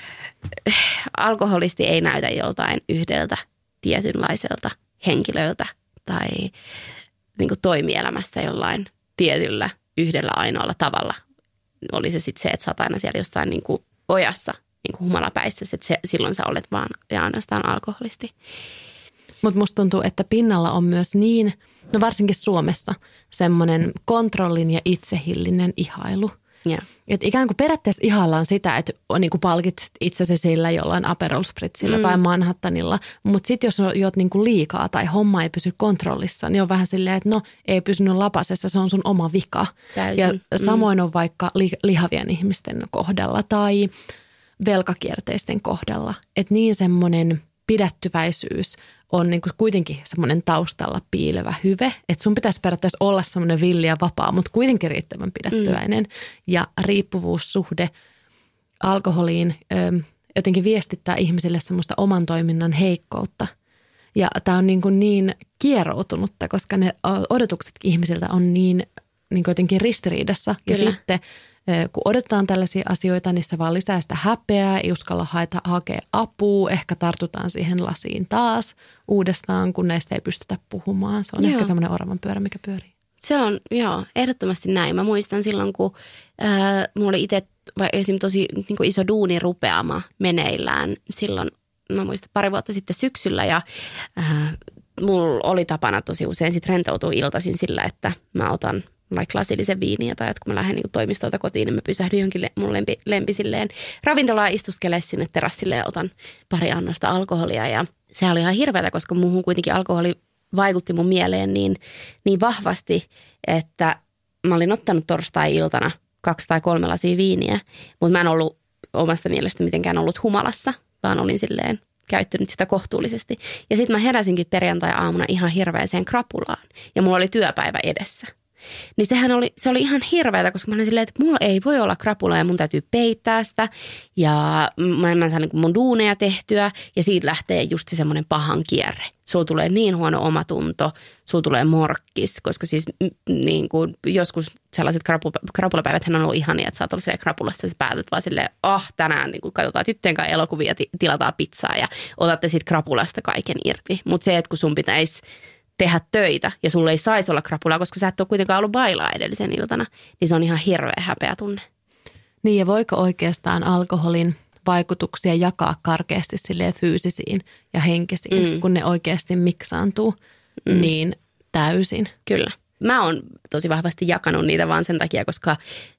alkoholisti ei näytä joltain yhdeltä tietynlaiselta henkilöltä tai niin kuin toimielämässä jollain tietyllä yhdellä ainoalla tavalla. Oli se sitten se, että sä oot aina siellä jossain niin kuin ojassa, niin kuin humalapäissä, että se, silloin sä olet vaan ja ainoastaan alkoholisti. Mutta musta tuntuu, että pinnalla on myös niin, no varsinkin Suomessa, semmoinen kontrollin ja itsehillinen ihailu. Yeah. Että ikään kuin periaatteessa ihaillaan sitä, että niin kuin palkitset itsesi sillä jollain Aperol Spritzillä mm. tai Manhattanilla. Mutta sitten jos juot niin kuin liikaa tai homma ei pysy kontrollissa, niin on vähän silleen, että no ei pysynyt lapasessa, se on sun oma vika. Täysin. Ja mm. samoin on vaikka li- lihavien ihmisten kohdalla tai velkakierteisten kohdalla. Että niin semmoinen pidättyväisyys on niin kuin kuitenkin semmoinen taustalla piilevä hyve, että sun pitäisi periaatteessa olla semmoinen villi ja vapaa, mutta kuitenkin riittävän pidättyväinen. Mm. Ja riippuvuussuhde alkoholiin ö, jotenkin viestittää ihmisille semmoista oman toiminnan heikkoutta. Ja tämä on niin, kuin niin kieroutunutta, koska ne odotukset ihmisiltä on niin, niin kuin jotenkin ristiriidassa. Kyllä. Ja sitten kun odotetaan tällaisia asioita, niin se vaan lisää sitä häpeää, ei uskalla haeta, hakea apua, ehkä tartutaan siihen lasiin taas uudestaan, kun näistä ei pystytä puhumaan. Se on joo. ehkä semmoinen oravan pyörä, mikä pyörii. Se on, joo, ehdottomasti näin. Mä muistan silloin, kun äh, mulla oli itse esimerkiksi tosi niin kuin iso duuni rupeama meneillään silloin, mä muistan pari vuotta sitten syksyllä ja äh, mulla oli tapana tosi usein sit rentoutua iltaisin sillä, että mä otan like lasillisen viiniä tai että kun mä lähden niin toimistolta kotiin, niin mä pysähdyn jonkin le- mun lempi, lempisilleen ravintolaan istuskelemaan sinne terassille ja otan pari annosta alkoholia. Ja se oli ihan hirveätä, koska muuhun kuitenkin alkoholi vaikutti mun mieleen niin, niin vahvasti, että mä olin ottanut torstai-iltana kaksi tai kolme lasia viiniä, mutta mä en ollut omasta mielestä mitenkään ollut humalassa, vaan olin silleen käyttänyt sitä kohtuullisesti. Ja sitten mä heräsinkin perjantai-aamuna ihan hirveäseen krapulaan ja mulla oli työpäivä edessä. Niin sehän oli, se oli ihan hirveätä, koska mä olin silleen, että mulla ei voi olla krapula ja mun täytyy peittää sitä. Ja mä en saa niin kuin mun duuneja tehtyä ja siitä lähtee just semmoinen pahan kierre. Sulla tulee niin huono omatunto, sulla tulee morkkis, koska siis niin kuin joskus sellaiset krapulapäiväthän on ollut ihania, että sä oot ollut siellä krapulassa ja sä päätät vaan silleen, oh tänään niin kuin katsotaan tyttöjen kanssa elokuvia ja tilataan pizzaa ja otatte siitä krapulasta kaiken irti. Mutta se, että kun sun pitäisi tehdä töitä ja sulle ei saisi olla krapulaa, koska sä et ole kuitenkaan ollut bailaa edellisen iltana, niin se on ihan hirveä häpeä tunne. Niin ja voiko oikeastaan alkoholin vaikutuksia jakaa karkeasti silleen fyysisiin ja henkisiin, mm. kun ne oikeasti miksaantuu mm. niin täysin? Kyllä. Mä oon tosi vahvasti jakanut niitä vaan sen takia, koska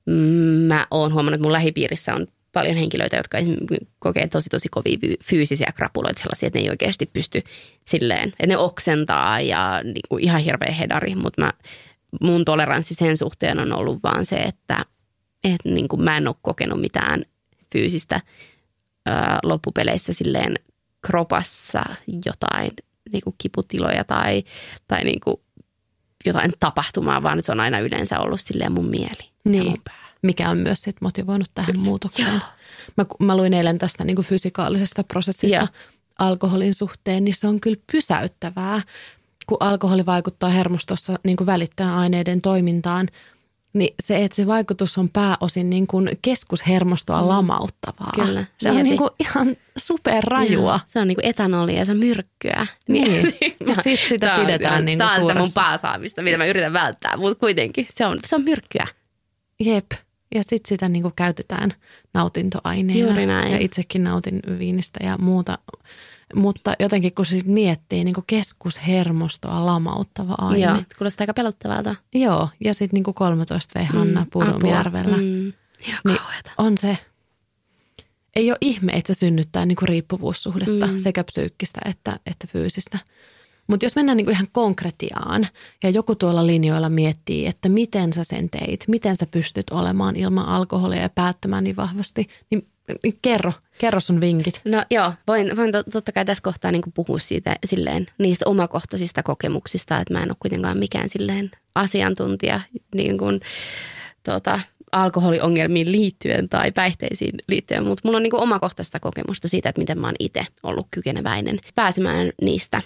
mä oon huomannut, että mun lähipiirissä on paljon henkilöitä, jotka kokee tosi tosi kovia fyysisiä krapuloita, sellaisia, että ne ei oikeasti pysty silleen, että ne oksentaa ja niin kuin ihan hirveä hedari, mutta mä, mun toleranssi sen suhteen on ollut vaan se, että, että niin kuin mä en ole kokenut mitään fyysistä ää, loppupeleissä silleen kropassa jotain niin kuin kiputiloja tai, tai niin kuin jotain tapahtumaa, vaan se on aina yleensä ollut silleen mun mieli niin. ja mun pää. Mikä on myös sit motivoinut tähän Kyllä. muutokseen. Mä, mä luin eilen tästä niin kuin fysikaalisesta prosessista ja. alkoholin suhteen, niin se on kyllä pysäyttävää, kun alkoholi vaikuttaa hermostossa niin kuin välittäen aineiden toimintaan, niin se, että se vaikutus on pääosin niin kuin keskushermostoa mm. lamauttavaa. Kyllä. Se mieti. on niin kuin ihan superrajua. Ja, se on niin kuin etanolia ja se on myrkkyä. Niin. Ja sitten sitä tämä pidetään on, niin kuin suuressa. Tämä on sitä mun pääsaamista, mitä mä yritän välttää, mutta kuitenkin se on, se on myrkkyä. Jep. Ja sitten sitä niin kuin käytetään nautintoaineena. Ja itsekin nautin viinistä ja muuta. Mutta jotenkin kun sit miettii niin kuin keskushermostoa lamauttava aine. Joo, kuulostaa aika pelottavalta. Joo, ja sitten niin kuin kolmetoista vuotias Hanna mm, Purumjärvellä. Mm. Niin on se, ei ole ihme, että se synnyttää niin kuin riippuvuussuhdetta, mm. sekä psyykkistä että, että fyysistä. Mutta jos mennään niinku ihan konkretiaan ja joku tuolla linjoilla miettii, että miten sä sen teit, miten sä pystyt olemaan ilman alkoholia ja päättämään niin vahvasti, niin, niin kerro, kerro sun vinkit. No joo, voin, voin totta kai tässä kohtaa niinku puhua siitä silleen niistä omakohtaisista kokemuksista, että mä en ole kuitenkaan mikään silleen asiantuntija niin kuin, tuota, alkoholiongelmiin liittyen tai päihteisiin liittyen, mutta mulla on niinku omakohtaista kokemusta siitä, että miten mä oon itse ollut kykeneväinen pääsemään niistä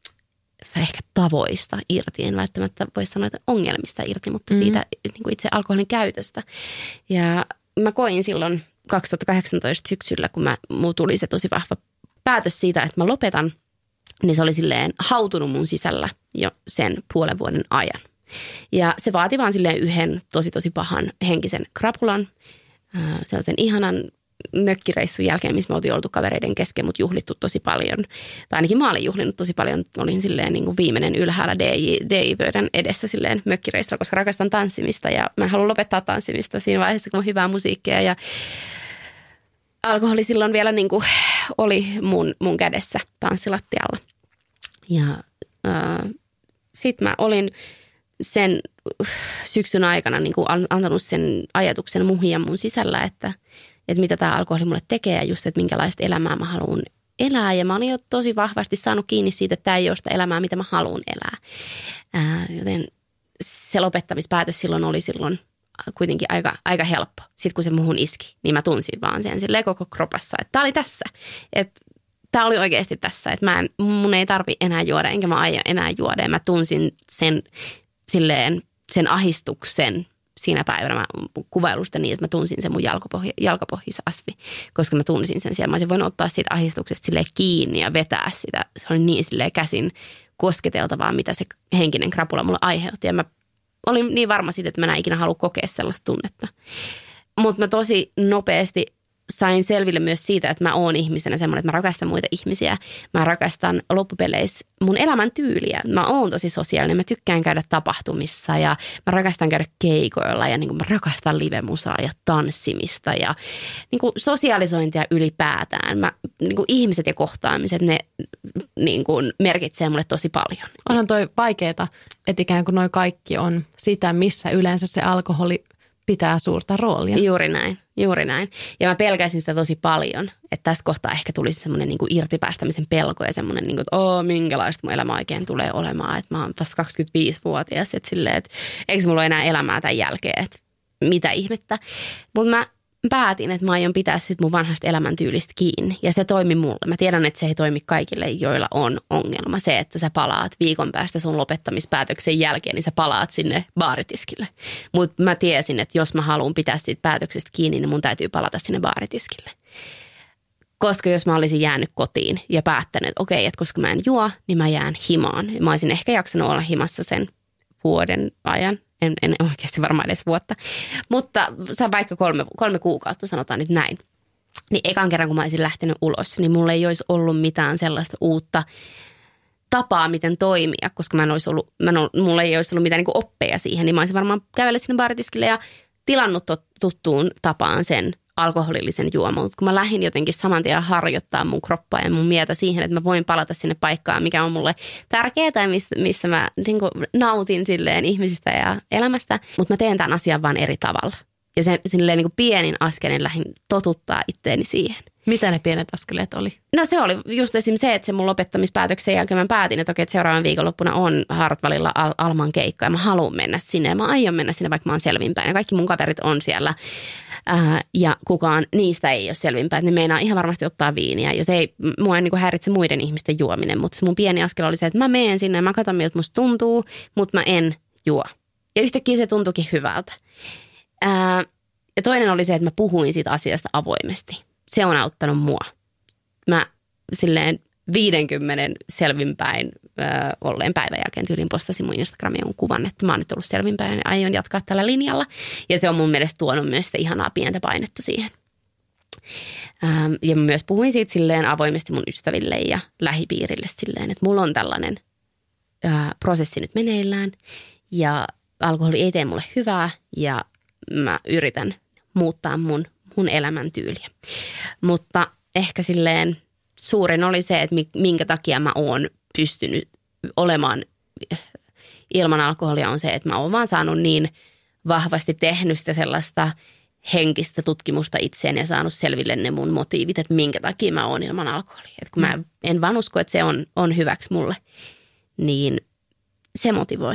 ehkä tavoista irti. En välttämättä voi sanoa, että ongelmista irti, mutta siitä mm-hmm. niin kuin itse alkoholin käytöstä. Ja mä koin silloin kaksituhattakahdeksantoista syksyllä, kun mä, mulla tuli se tosi vahva päätös siitä, että mä lopetan, niin se oli silleen hautunut mun sisällä jo sen puolen vuoden ajan. Ja se vaati vaan silleen yhden tosi tosi pahan henkisen krapulan, sellaisen ihanan mökkireissun jälkeen, missä me oltiin oltu kavereiden kesken, mutta juhlittu tosi paljon. Tai ainakin mä olin juhlinut tosi paljon. Olin silleen niin kuin viimeinen ylhäällä D I-pöydän edessä silleen mökkireissulla, koska rakastan tanssimista ja mä en halua lopettaa tanssimista siinä vaiheessa, kun on hyvää musiikkia. Ja alkoholi silloin vielä niin kuin oli mun, mun kädessä tanssilattialla. Ja äh, sitten mä olin sen syksyn aikana niin kuin antanut sen ajatuksen muhia mun sisällä, että, että mitä tämä alkoholi mulle tekee ja just, että minkälaista elämää mä haluan elää. Ja mä olin jo tosi vahvasti saanut kiinni siitä, että tämä ei ole sitä elämää, mitä mä haluan elää. Ää, joten se lopettamispäätös silloin oli silloin kuitenkin aika, aika helppo. Sitten kun se muhun iski, niin mä tunsin vaan sen silleen koko kropassa, että tää oli tässä. Että tää oli oikeasti tässä, että mä en, mun ei tarvi enää juoda, enkä mä aio enää juoda. Ja mä tunsin sen silleen sen ahistuksen siinä päivänä. Mä kuvailun sitä niin, että mä tunsin sen mun jalkapohja, jalkapohjissa asti, koska mä tunsin sen siellä. Mä olisin voinut ottaa siitä ahistuksesta silleen kiinni ja vetää sitä. Se oli niin silleen käsin kosketeltavaa, mitä se henkinen krapula mulle aiheutti. Ja mä olin niin varma siitä, että mä en ikinä halua kokea sellaista tunnetta. Mutta mä tosi nopeasti sain selville myös siitä, että mä oon ihmisenä semmoinen, että mä rakastan muita ihmisiä. Mä rakastan loppupeleissä mun elämän tyyliä. Mä oon tosi sosiaalinen. Mä tykkään käydä tapahtumissa ja mä rakastan käydä keikoilla ja niin kuin mä rakastan livemusaa ja tanssimista ja niin kuin sosiaalisointia ylipäätään. Mä, niin kuin ihmiset ja kohtaamiset, ne niin kuin merkitsee mulle tosi paljon. Onhan toi vaikeeta, että ikään kuin noi kaikki on sitä, missä yleensä se alkoholi pitää suurta roolia. Juuri näin, juuri näin. Ja mä pelkäisin sitä tosi paljon, että tässä kohtaa ehkä tulisi semmoinen niin kuin irtipäästämisen pelko ja semmoinen, niin kuin, että oo, minkälaista mun elämä oikein tulee olemaan. Että mä oon vasta kaksikymmentäviisivuotias, että silleen, että eikö mulla ole enää elämää tämän jälkeen, että mitä ihmettä. Mutta mä päätin, että mä aion pitää sit mun vanhasta elämäntyylistä kiinni. Ja se toimi mulle. Mä tiedän, että se ei toimi kaikille, joilla on ongelma. Se, että sä palaat viikon päästä sun lopettamispäätöksen jälkeen, niin sä palaat sinne baaritiskille. Mutta mä tiesin, että jos mä haluan pitää siitä päätöksestä kiinni, niin mun täytyy palata sinne baaritiskille. Koska jos mä olisin jäänyt kotiin ja päättänyt, että okei, että koska mä en juo, niin mä jään himaan. Mä olisin ehkä jaksanut olla himassa sen vuoden ajan. En, en oikeasti varmaan edes vuotta, mutta saa vaikka kolme, kolme kuukautta, sanotaan nyt näin. Niin ekan kerran, kun mä olisin lähtenyt ulos, niin mulla ei olisi ollut mitään sellaista uutta tapaa, miten toimia, koska mä en olisi ollut, mä en, mulla ei olisi ollut mitään niin kuin oppeja siihen, niin mä olisin varmaan kävellyt sinne baaritiskille ja tilannut tuttuun tapaan sen alkoholillisen juoman. Mutta kun mä lähdin jotenkin saman tien harjoittaa mun kroppaa ja mun mieltä siihen, että mä voin palata sinne paikkaan, mikä on mulle tärkeää, missä, missä mä niin kuin nautin silleen ihmisistä ja elämästä, mutta mä teen tämän asian vaan eri tavalla. Ja sen silleen niin kuin pienin askelin lähdin totuttaa itteeni siihen. Mitä ne pienet askeleet oli? No se oli just esimerkiksi se, että se mun lopettamispäätöksen jälkeen mä päätin, että okei, että seuraavan viikonloppuna on Hartwallilla Al- Alman keikka ja mä haluan mennä sinne ja mä aion mennä sinne, vaikka mä oon selvinpäin ja kaikki mun kaverit on siellä ää, ja kukaan niistä ei ole selvinpäin, ne meinaa ihan varmasti ottaa viiniä ja se ei, mua ei niin kuin häiritse muiden ihmisten juominen, mutta se mun pieni askel oli se, että mä menen sinne ja mä katson miltä musta tuntuu, mutta mä en juo. Ja yhtäkkiä se tuntuikin hyvältä. Ää, ja toinen oli se, että mä puhuin siitä asiasta avoimesti. Se on auttanut mua. Mä silleen viidenkymmenen selvinpäin ö, olleen päivän jälkeen tyyliin postasin mun Instagramiin kuvan, että mä oon nyt ollut selvinpäin ja aion jatkaa tällä linjalla. Ja se on mun mielestä tuonut myös sitä ihanaa pientä painetta siihen. Ähm, ja mä myös puhuin siitä silleen avoimesti mun ystäville ja lähipiirille silleen, että mulla on tällainen ö, prosessi nyt meneillään ja alkoholi ei tee mulle hyvää ja mä yritän muuttaa mun mun elämäntyyliä. Mutta ehkä silleen suurin oli se, että minkä takia mä oon pystynyt olemaan ilman alkoholia on se, että mä oon vaan saanut niin vahvasti tehnyt sitä sellaista henkistä tutkimusta itseen ja saanut selville ne mun motiivit, että minkä takia mä oon ilman alkoholia. Että kun mä en vaan usko, että se on, on hyväksi mulle, niin se motivoi.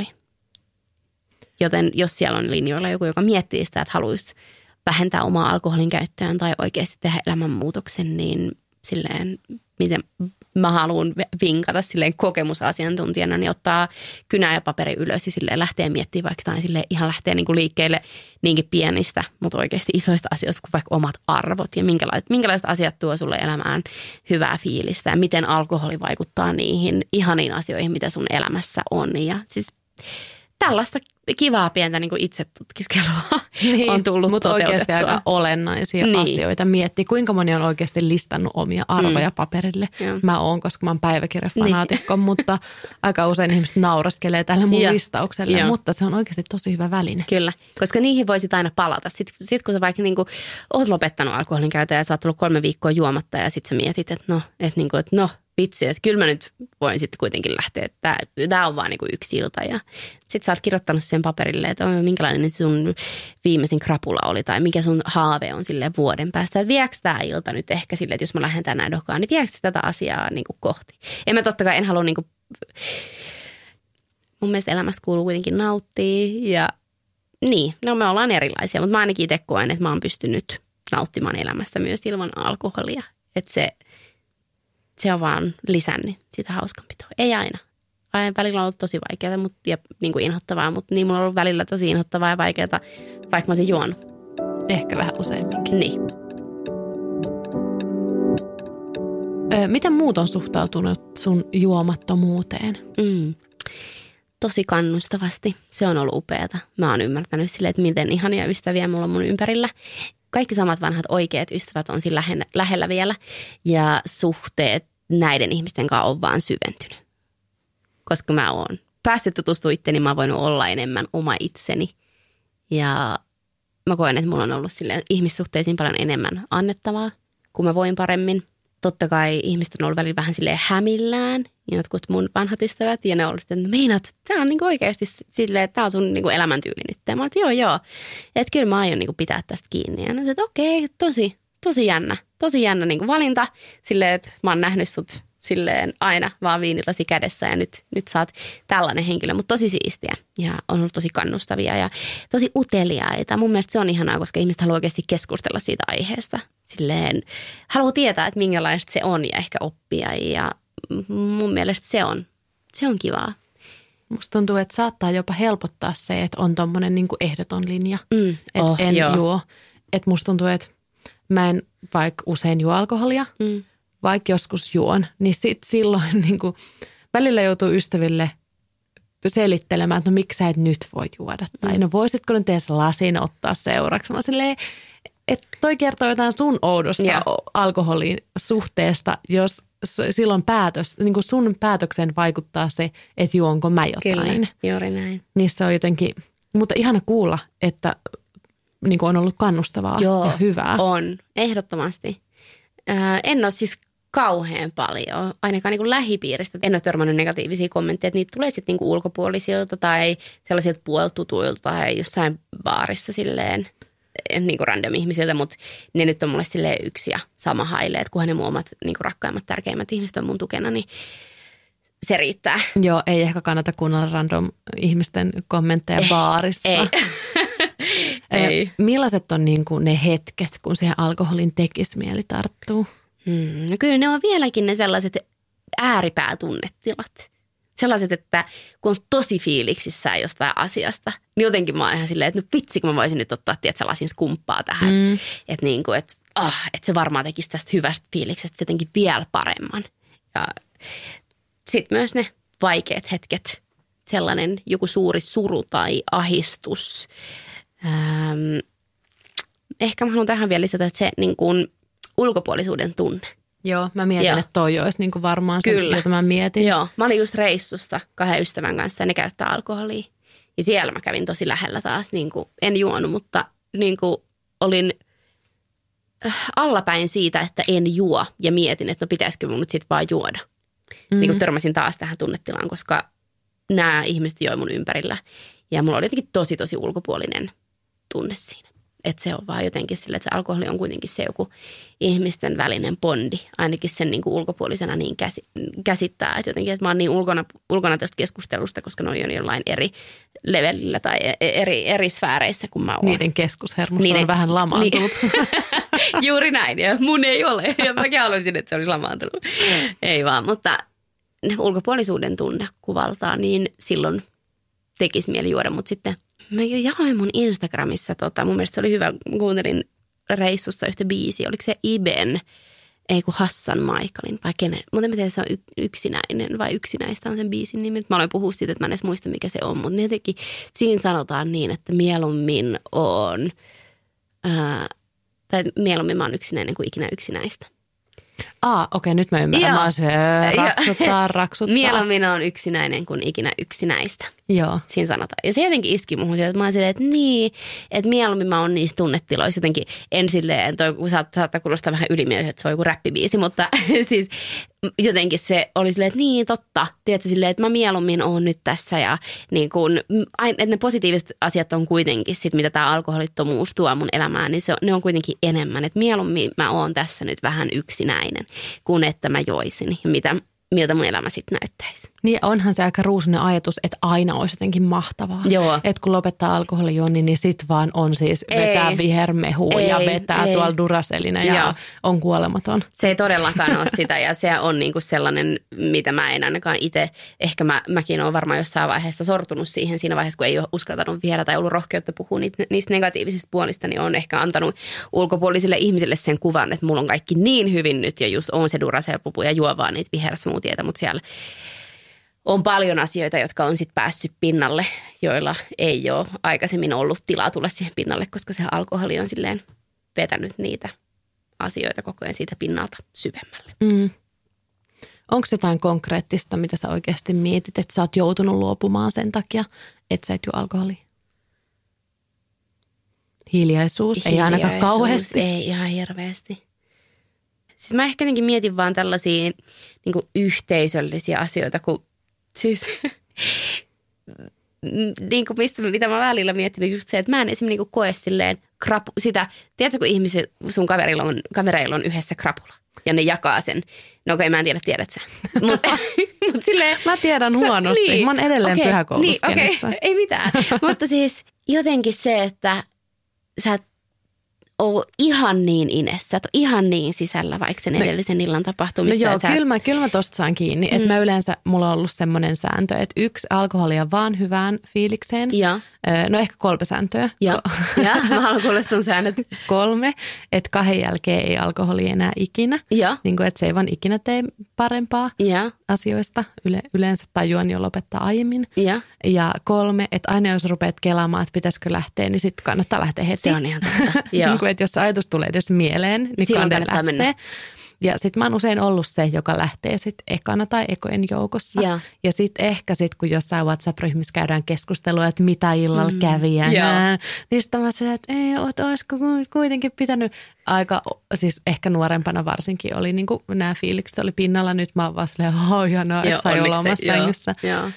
Joten jos siellä on linjoilla joku, joka miettii sitä, että haluaisi vähentää omaa alkoholin käyttöön tai oikeasti tehdä elämänmuutoksen, niin silleen, miten mä haluan vinkata silleen kokemusasiantuntijana, niin ottaa kynä ja paperi ylös ja silleen lähtee miettimään vaikka tai silleen ihan lähtee niinku liikkeelle niinkin pienistä, mutta oikeasti isoista asioista kuin vaikka omat arvot ja minkälaiset, minkälaiset asiat tuo sulle elämään hyvää fiilistä ja miten alkoholi vaikuttaa niihin ihaniin asioihin, mitä sun elämässä on. Ja siis tällaista kivaa pientä niin kuin itsetutkiskelua niin, on tullut mutta oikeasti aika olennaisia niin. asioita miettiä. Kuinka moni on oikeasti listannut omia arvoja mm. paperille? Joo. Mä oon, koska mä oon päiväkirjafanaatikko, niin. mutta aika usein ihmiset nauraskelee tälle mun ja. listaukselle, Joo. mutta se on oikeasti tosi hyvä väline. Kyllä, koska niihin voisit aina palata. Sitten sit kun sä vaikka niin kuin oot lopettanut alkoholin käytön ja sä oot ollut kolme viikkoa juomatta ja sitten sä mietit, että no, että niin kuin, että no, vitsi, että kyllä mä nyt voin sitten kuitenkin lähteä, että tämä on vaan niin kuin yksi ilta. Ja sitten sä oot kirjoittanut sen paperille, että on, minkälainen sun viimeisin krapula oli tai mikä sun haave on silleen vuoden päästä. Että viekö tämä ilta nyt ehkä silleen, että jos mä lähden tänään dokaan, niin viekö tätä asiaa niin kuin kohti. En mä totta kai en halua niin kuin, mun mielestä elämästä kuuluu kuitenkin nauttia ja niin, no me ollaan erilaisia, mutta mä ainakin itse koen, että mä oon pystynyt nauttimaan elämästä myös ilman alkoholia. Että se... Se on vaan lisännyt sitä hauskanpitoa. Ei aina. Aina välillä on ollut tosi vaikeaa mutta, ja niin kuin inhottavaa, mutta niin mulla on ollut välillä tosi inhottavaa ja vaikeaa, vaikka mä olisin juonut. Ehkä vähän useamminkin. Niin. Öö, miten muut on suhtautunut sun juomattomuuteen? Mm. Tosi kannustavasti. Se on ollut upeata. Mä oon ymmärtänyt silleen, että miten ihania ystäviä mulla on mun ympärillä. Kaikki samat vanhat oikeat ystävät on siinä lähellä, lähellä vielä ja suhteet näiden ihmisten kanssa on vaan syventynyt. Koska mä oon päässyt tutustumaan itteni, mä oon voinut olla enemmän oma itseni. Ja mä koen, että mulla on ollut silleen ihmissuhteisiin paljon enemmän annettavaa, kun mä voin paremmin. Totta kai ihmiset on ollut välillä vähän silleen hämillään, jotkut mun vanhat ystävät, ja ne on ollut sitten, että meinaat, tää on niinku oikeasti silleen, että tää on sun niinku elämäntyyli nyt. Ja mä oon, joo joo, että kyllä mä aion niinku pitää tästä kiinni. Ja ne on, että okei, tosi, tosi jännä, tosi jännä niinku valinta, silleen, että mä oon nähnyt sut silleen aina vaan viinilasi kädessä ja nyt, nyt sä oot tällainen henkilö, mutta tosi siistiä ja on ollut tosi kannustavia ja tosi uteliaita. Mun mielestä se on ihanaa, koska ihmiset haluaa oikeasti keskustella siitä aiheesta. Silleen haluaa tietää, että minkälaista se on ja ehkä oppia ja mun mielestä se on, se on kivaa. Musta tuntuu, että saattaa jopa helpottaa se, että on tommonen niin kuin ehdoton linja, mm, että oh, en joo. juo. Että musta tuntuu, että mä en vaikka usein juo alkoholia, mm. vaikka joskus juon, niin sit silloin niin kuin välillä joutuu ystäville selittelemään, että no miksi sä et nyt voi juoda. Tai mm. no voisitko nyt edes lasin ottaa seuraksi. Mä silleen, että toi kertoo jotain sun oudosta yeah. alkoholin suhteesta, jos silloin päätös, niin kuin sun päätökseen vaikuttaa se, että juonko mä jotain. Kyllä, juuri näin. Niin se on jotenkin, mutta ihana kuulla, että niin kuin on ollut kannustavaa Joo, ja hyvää. On, ehdottomasti. Äh, en ole siis kauhean paljon, ainakaan niin kuin lähipiiristä. En ole törmännyt negatiivisia kommentteja, että niitä tulee sitten niin kuin ulkopuolisilta tai sellaisilta puoltutuilta tai jossain baarissa silleen niin kuin random ihmisiltä, mutta ne nyt on mulle silleen yksi ja sama haile, että kunhan ne mun omat niin kuin rakkaimmat, tärkeimmät ihmiset on mun tukena, niin se riittää. Joo, ei ehkä kannata kuunnella random ihmisten kommentteja eh, baarissa. Ei. Ei. Millaiset on niin kuin ne hetket, kun siihen alkoholin tekismieli tarttuu? Hmm, no kyllä ne on vieläkin ne sellaiset ääripäätunnetilat. Sellaiset, että kun on tosi fiiliksissä jostain asiasta, niin jotenkin mä oon ihan silleen, että no vitsi, kun mä voisin nyt ottaa, tiedätkö, lasin skumppaa tähän. Mm. Että niin kuin, että, oh, että se varmaan tekisi tästä hyvästä fiiliksestä jotenkin vielä paremman. Ja sitten myös ne vaikeat hetket, sellainen joku suuri suru tai ahistus. Ähm, ehkä mä haluan tähän vielä lisätä, että se niin kuin ulkopuolisuuden tunne. Joo, mä mietin, Joo. että toi olisi niin kuin varmaan se, Kyllä. jota mä mietin. Joo, mä olin just reissussa kahden ystävän kanssa ja ne käyttää alkoholia. Ja siellä mä kävin tosi lähellä taas, niin kuin, en juonut, mutta niin kuin olin allapäin siitä, että en juo ja mietin, että no pitäisikö mun nyt sit vaan juoda. Mm. Niin kuin törmäsin taas tähän tunnetilaan, koska nämä ihmiset joi mun ympärillä. Ja mulla oli jotenkin tosi, tosi ulkopuolinen tunne siinä. Että se on vaan jotenkin sillä, että se alkoholi on kuitenkin se joku ihmisten välinen bondi. Ainakin sen niin kuin ulkopuolisena niin käsi, käsittää, että jotenkin, että mä oon niin ulkona, ulkona tästä keskustelusta, koska noi on jollain eri levelillä tai eri, eri sfääreissä kuin mä oon. Niiden keskushermos Niiden, on vähän lamaantunut. Niin, juuri näin, ja mun ei ole. Ja mäkin haluaisin, että se olisi lamaantunut. Ei vaan, mutta ulkopuolisuuden tunne kuvaltaa, niin silloin tekisi mieli juoda, mutta sitten mä jaoin mun Instagramissa, tota, mun mielestä se oli hyvä, kuuntelin reissussa yhtä biisiä, oliko se Iben ei kun Hassan Michaelin, vai kenen, mutta en tiedä se on y, yksinäinen vai yksinäistä on sen biisin nimi. Mä aloin puhua siitä, että mä en edes muista mikä se on, mutta jotenkin siinä sanotaan niin, että mieluummin on, ää, tai mieluummin mä oon yksinäinen kuin ikinä yksinäistä. Aa, okei, nyt mä ymmärrän. Mä oon se raksuttaa, raksuttaa. Mieluummin on yksinäinen kuin ikinä yksinäistä. Joo. Siinä sanotaan. Ja se jotenkin iski muhun sieltä, että mä oon silleen, että niin, että mieluummin mä oon niissä tunnetiloissa jotenkin en silleen, toi saattaa kuulostaa vähän ylimielisesti, että se on joku räppibiisi, mutta siis jotenkin se oli silleen, että niin, totta. Tiedätkö silleen, että mä mieluummin oon nyt tässä ja niin kun, että ne positiiviset asiat on kuitenkin sit, mitä tämä alkoholittomuus tuo mun elämään, niin se on, ne on kuitenkin enemmän. Että mieluummin mä oon tässä nyt vähän yksinäinen, kuin että mä joisin ja mitä, miltä mun elämä sitten näyttäisi. Niin onhan se aika ruusuinen ajatus, että aina olisi jotenkin mahtavaa. Joo. Että kun lopettaa alkoholijuonnin, niin sit vaan on siis vetää ei, vihermehua ei, ja vetää ei. tuolla Duracelinä ja Joo. on kuolematon. Se ei todellakaan ole sitä ja se on niinku sellainen, mitä mä en ainakaan itse, ehkä mä, mäkin olen varmaan jossain vaiheessa sortunut siihen siinä vaiheessa, kun ei ole uskaltanut viedä tai ollut rohkeutta puhua niitä, niistä negatiivisista puolista, niin on ehkä antanut ulkopuolisille ihmisille sen kuvan, että mulla on kaikki niin hyvin nyt ja just on se Duracell-pupu ja juo vaan niitä vihersmoothieita, mutta siellä on paljon asioita, jotka on sitten päässyt pinnalle, joilla ei ole aikaisemmin ollut tilaa tulla siihen pinnalle, koska se alkoholi on silleen vetänyt niitä asioita koko ajan siitä pinnalta syvemmälle. Mm. Onko jotain konkreettista, mitä sä oikeasti mietit, että sä oot joutunut luopumaan sen takia, että sä et juo alkoholia? Hiljaisuus, Hiljaisuus ei ainakaan kauheasti. Ei ihan hirveästi. Siis mä ehkä jotenkin mietin vaan tällaisia niin kuin yhteisöllisiä asioita, kun siis niin kuin mistä, mitä mä välillä miettinyt just se, että mä en esimerkiksi niin kuin koe silleen krapu, sitä, tiedätkö kun ihmiset, sun kaverilla on, kavereilla on yhdessä krapula ja ne jakaa sen. No okei, okay, mä en tiedä, tiedät sä. Mut, mut silleen, mä tiedän huonosti. Niin, mä oon edelleen okay, pyhäkouluskenessä. Niin, okay, ei mitään. Mutta siis jotenkin se, että sä et ole ihan niin inessä, että ihan niin sisällä vaikka sen edellisen illan tapahtumissa. No joo, sä... kyllä mä, kyllä mä tosta saan kiinni. Mm. Että mä yleensä, mulla on ollut semmoinen sääntö, että yksi alkoholia vaan hyvään fiilikseen. Ja. No ehkä kolme sääntöä. Ja, ja mä haluan kuulla sun säännöt. Kolme, että kahden jälkeen ei alkoholi enää ikinä. Ja. Niin kuin, että se ei vaan ikinä tee parempaa ja. asioista. Yle, yleensä tai juon jo lopettaa aiemmin. Ja. Ja kolme, että aina jos rupeat kelaamaan, että pitäisikö lähteä, niin sitten kannattaa lähteä heti. Se on ihan totta. Niin kuin, että jos ajatus tulee edes mieleen, niin silloin kannattaa lähteä. Mennä. Ja sitten mä oon usein ollut se, joka lähtee sitten ekana tai ekojen joukossa. Ja, ja sitten ehkä sitten, kun jossain WhatsApp-ryhmissä käydään keskustelua, että mitä illalla mm. kävi ja näin. Niin sitten mä sanoin, että ei, olisiko kuitenkin pitänyt aika, siis ehkä nuorempana varsinkin oli niin kuin nämä fiilikset oli pinnalla. Nyt mä oon vaan silleen, oh ihanaa, että sai olla omassa sängyssä.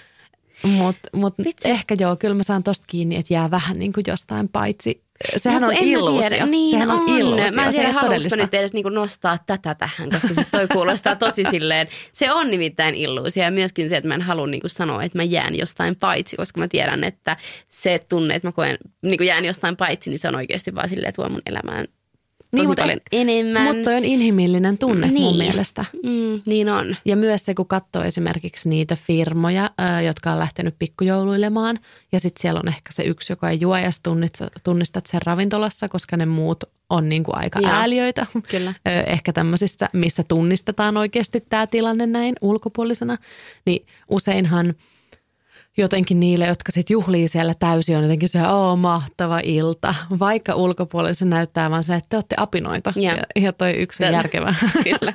Mutta mut ehkä joo, kyllä mä saan tosta kiinni, että jää vähän niin kuin jostain paitsi. Sehän on illuusio. Niin Sehän on, on illuusio. Mä en tiedä, haluanko nyt edes niinku nostaa tätä tähän, koska siis toi kuulostaa tosi silleen, se on nimittäin illuusio. Ja myöskin se, että mä en halua niinku sanoa, että mä jään jostain paitsi, koska mä tiedän, että se tunne, että mä koen, niinku jään jostain paitsi, niin se on oikeasti vaan silleen, että tuo mun elämään tosi niin, paljon enemmän. Mutta toi on inhimillinen tunne niin. mun mielestä. Mm, niin on. Ja myös se, kun katsoo esimerkiksi niitä firmoja, jotka on lähtenyt pikkujouluilemaan. Ja sitten siellä on ehkä se yksi, joka ei juo ja tunnistat sen ravintolassa, koska ne muut on niinku aika ja. ääliöitä. Kyllä. Ehkä tämmöisissä, missä tunnistetaan oikeasti tämä tilanne näin ulkopuolisena. Niin useinhan jotenkin niille, jotka sitten juhlii siellä täysin, on jotenkin se, oo, mahtava ilta. Vaikka ulkopuolella se näyttää vaan se, että te olette apinoita. Ja, ja toi yksi on järkevä. Kyllä.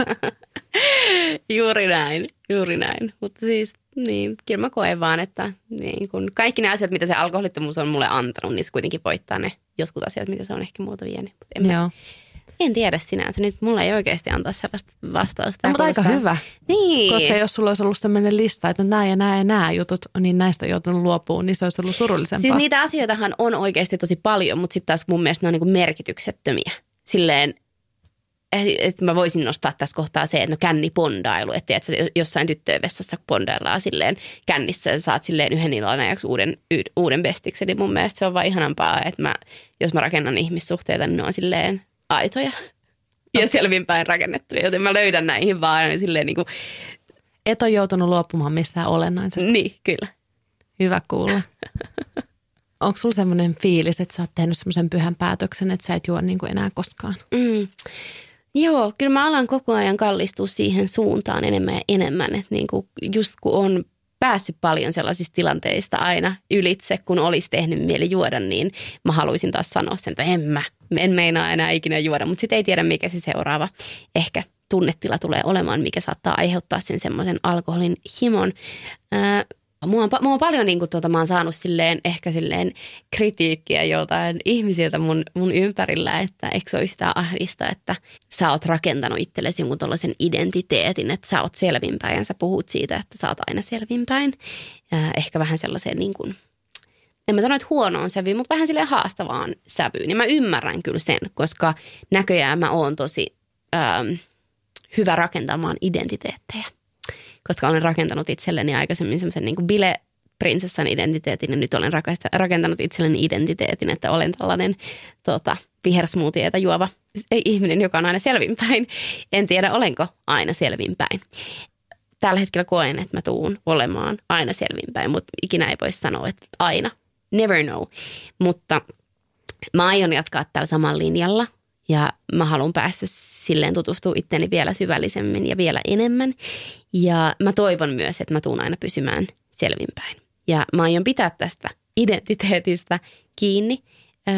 Juuri näin, juuri näin. Mutta siis, niin, kyllä mä koen vaan, että niin kun kaikki ne asiat, mitä se alkoholittomuus on mulle antanut, niin se kuitenkin voittaa ne jotkut asiat, mitä se on ehkä muuta vienyt. En Joo. Mä, en tiedä sinänsä. Nyt mulla ei oikeasti antaa sellaista vastausta. No, mutta aika hyvä. Niin. Koska jos sulla olisi ollut sellainen lista, että nämä ja nämä ja nämä jutut, niin näistä on joutunut luopuun, niin se olisi ollut surullisempaa. Siis niitä asioitahan on oikeasti tosi paljon, mutta sitten taas mun mielestä ne on niin kuin merkityksettömiä. Silleen, että mä voisin nostaa tässä kohtaa se, että no kännipondailu. Että tiedätkö, jossain tyttöjen vessassa pondaillaan silleen kännissä ja saat silleen yhden illan ajaksi uuden, uuden bestiksen. Niin mun mielestä se on vaan ihanampaa, että mä, jos mä rakennan ihmissuhteita, niin ne on silleen aitoja ja okay. selvinpäin rakennettuja, joten mä löydän näihin vaan silleen niin kuin. Et ole joutunut luopumaan mistään olennaisesta. Niin, kyllä. Hyvä kuulla. Onko sulla semmoinen fiilis, että sä oot tehnyt semmoisen pyhän päätöksen, että sä et juo niin kuin enää koskaan? Mm. Joo, kyllä mä alan koko ajan kallistua siihen suuntaan enemmän ja enemmän. Että niin kuin just kun on päässyt paljon sellaisista tilanteista aina ylitse, kun olisi tehnyt mieli juoda, niin mä haluaisin taas sanoa sen, että en mä, en meinaa enää ikinä juoda. Mutta sitten ei tiedä, mikä se seuraava ehkä tunnetila tulee olemaan, mikä saattaa aiheuttaa sen semmoisen alkoholin himon. Ää, Mua on, mua on paljon, niin kuin, tuota, mä oon saanut silleen, ehkä silleen kritiikkiä joltain ihmisiltä mun, mun ympärillä, että eikö se ole yhtään ahdista, että sä oot rakentanut itsellesi jonkun tollaisen identiteetin, että sä oot selvinpäin ja sä puhut siitä, että sä oot aina selvinpäin. Ja ehkä vähän sellaiseen, niin kuin, en mä sano, että huonoon sävyyn, mutta vähän silleen haastavaan sävyyn. Ja mä ymmärrän kyllä sen, koska näköjään mä oon tosi ähm, hyvä rakentamaan identiteettejä. Koska olen rakentanut itselleni aikaisemmin semmoisen niin kuin bile-prinsessan identiteetin ja nyt olen rakentanut itselleni identiteetin, että olen tällainen tota, vihersmoothietä juova ihminen, joka on aina selvinpäin. En tiedä, olenko aina selvinpäin. Tällä hetkellä koen, että mä tuun olemaan aina selvinpäin, mutta ikinä ei voi sanoa, että aina. Never know. Mutta mä aion jatkaa tällä samalla linjalla ja mä haluan päästä silleen tutustua itteeni vielä syvällisemmin ja vielä enemmän. Ja mä toivon myös, että mä tuun aina pysymään selvinpäin. Ja mä aion pitää tästä identiteetistä kiinni. Öö,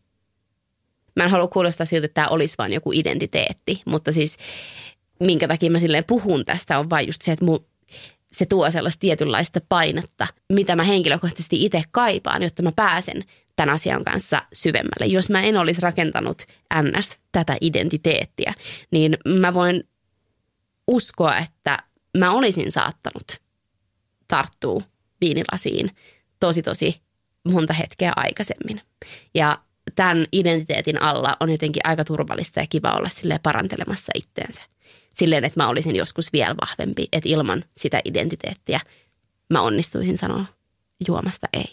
mä en halua kuulostaa siltä, että tämä olisi vain joku identiteetti, mutta siis minkä takia mä silleen puhun tästä on vain just se, että mun, se tuo sellaista tietynlaista painetta, mitä mä henkilökohtaisesti itse kaipaan, jotta mä pääsen tämän asian kanssa syvemmälle. Jos mä en olisi rakentanut ns. Tätä identiteettiä, niin mä voin uskoa, että mä olisin saattanut tarttua viinilasiin tosi tosi monta hetkeä aikaisemmin. Ja tämän identiteetin alla on jotenkin aika turvallista ja kiva olla silleen parantelemassa itteensä. Silleen, että mä olisin joskus vielä vahvempi, että ilman sitä identiteettiä mä onnistuisin sanoa juomasta ei.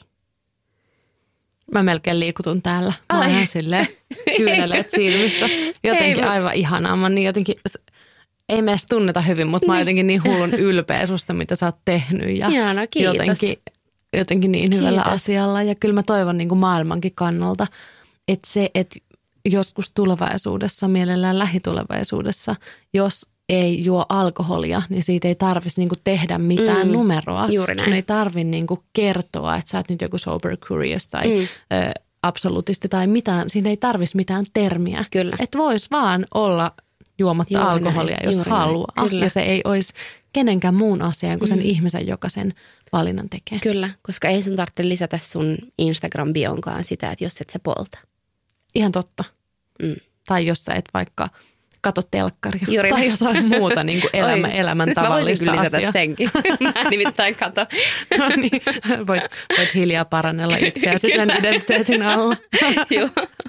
Mä melkein liikutun täällä. Mä oon ihan silleen kyyneleet silmissä. Jotenkin ei, aivan ihanaa. Mä niin jotenkin, ei me edes tunneta hyvin, mutta mä oon jotenkin niin hullun ylpeä susta, mitä sä oot tehnyt. Ja Ihana, kiitos. Jotenkin, jotenkin niin kiitos. Hyvällä asialla. Ja kyllä mä toivon niin kuin maailmankin kannalta, että se, että joskus tulevaisuudessa, mielellään lähitulevaisuudessa, jos ei juo alkoholia, niin siitä ei tarvitsisi niinku tehdä mitään mm, numeroa. Sun ei tarvitse niinku kertoa, että sä oot nyt joku sober curious tai mm. ö, absolutisti tai mitään. Siinä ei tarvitsisi mitään termiä. Kyllä. Että vois vaan olla juomatta juuri alkoholia, näin, jos haluaa. Ja se ei olisi kenenkään muun asian kuin sen mm. ihmisen, joka sen valinnan tekee. Kyllä, koska ei sun tarvitse lisätä sun Instagram-bionkaan sitä, että jos et sä polta. Ihan totta. Mm. Tai jos sä et vaikka katso telkkaria Juuri tai jotain muuta niin kuin elämä, elämän tavallista asiaa. Mä voisin kyllä lisätä senkin. Mä nimittäin kato. No niin, voit, voit hiljaa parannella itseäsi sen identiteetin alla. Joo.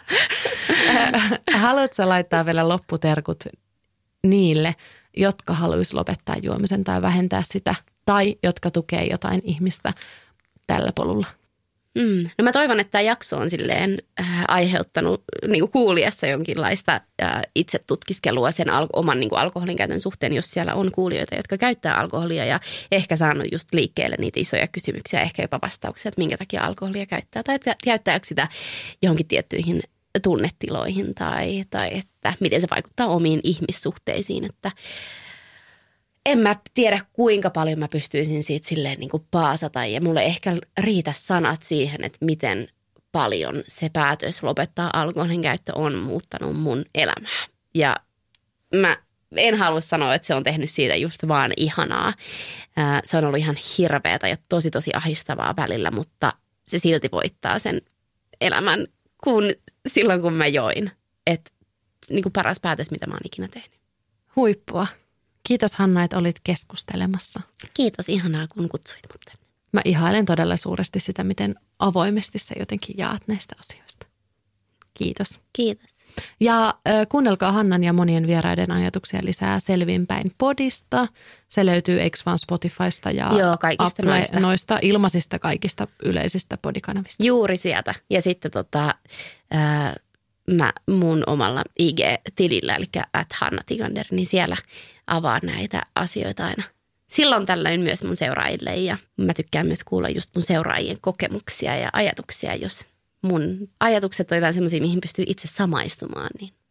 Haluatko laittaa vielä lopputerkut niille, jotka haluaisi lopettaa juomisen tai vähentää sitä, tai jotka tukee jotain ihmistä tällä polulla? Mm. No mä toivon, että tämä jakso on silleen äh, aiheuttanut niin kuin kuulijassa jonkinlaista äh, itse tutkiskelua sen al- oman niin kuin alkoholin käytön suhteen, jos siellä on kuulijoita, jotka käyttää alkoholia ja ehkä saanut just liikkeelle niitä isoja kysymyksiä, ehkä jopa vastauksia, että minkä takia alkoholia käyttää tai käyttääkö sitä johonkin tiettyihin tunnetiloihin tai, tai että miten se vaikuttaa omiin ihmissuhteisiin, että en mä tiedä, kuinka paljon mä pystyisin siitä silleen niin kuin paasata ja mulle ehkä riitä sanat siihen, että miten paljon se päätös lopettaa alkoholin käyttö on muuttanut mun elämää. Ja mä en halua sanoa, että se on tehnyt siitä just vaan ihanaa. Se on ollut ihan hirveätä ja tosi tosi ahistavaa välillä, mutta se silti voittaa sen elämän kun, silloin, kun mä join. Että niin kuin paras päätös, mitä mä oon ikinä tehnyt. Huippua. Kiitos Hanna, että olit keskustelemassa. Kiitos, ihanaa kun kutsuit mut tänne. Mä ihailen todella suuresti sitä, miten avoimesti sä jotenkin jaat näistä asioista. Kiitos. Kiitos. Ja äh, kuunnelkaa Hannan ja monien vieraiden ajatuksia lisää Selvinpäin podista. Se löytyy eikö vaan Spotifysta ja Joo, kaikista Apple, noista. noista ilmaisista kaikista yleisistä podikanavista. Juuri sieltä. Ja sitten tota... Äh, mä mun omalla I G-tilillä, eli at Hanna Tikander, niin siellä avaan näitä asioita aina. Silloin tällöin myös mun seuraajille ja mä tykkään myös kuulla just mun seuraajien kokemuksia ja ajatuksia, jos mun ajatukset on jotain semmoisia, mihin pystyy itse samaistumaan, niin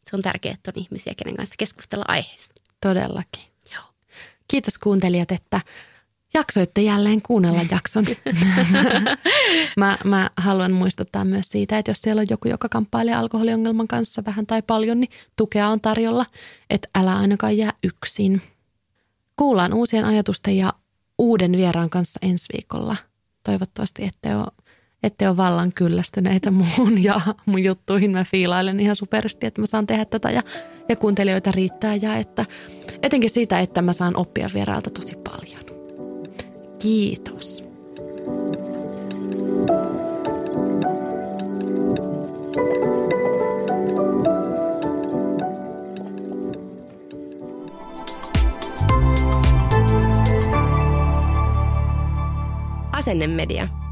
se on tärkeää, että on ihmisiä, kenen kanssa keskustella aiheesta. Todellakin. Joo. Kiitos kuuntelijat, että jaksoitte jälleen kuunnella jakson. mä, mä haluan muistuttaa myös siitä, että jos siellä on joku, joka kamppailee alkoholiongelman kanssa vähän tai paljon, niin tukea on tarjolla, että älä ainakaan jää yksin. Kuullaan uusien ajatusten ja uuden vieraan kanssa ensi viikolla. Toivottavasti ette ole, ette ole vallan kyllästyneitä muun ja mun juttuihin. Mä fiilailen ihan superisti, että mä saan tehdä tätä ja, ja kuuntelijoita riittää ja että etenkin siitä, että mä saan oppia vierailta tosi paljon. Kiitos. Asennemedia.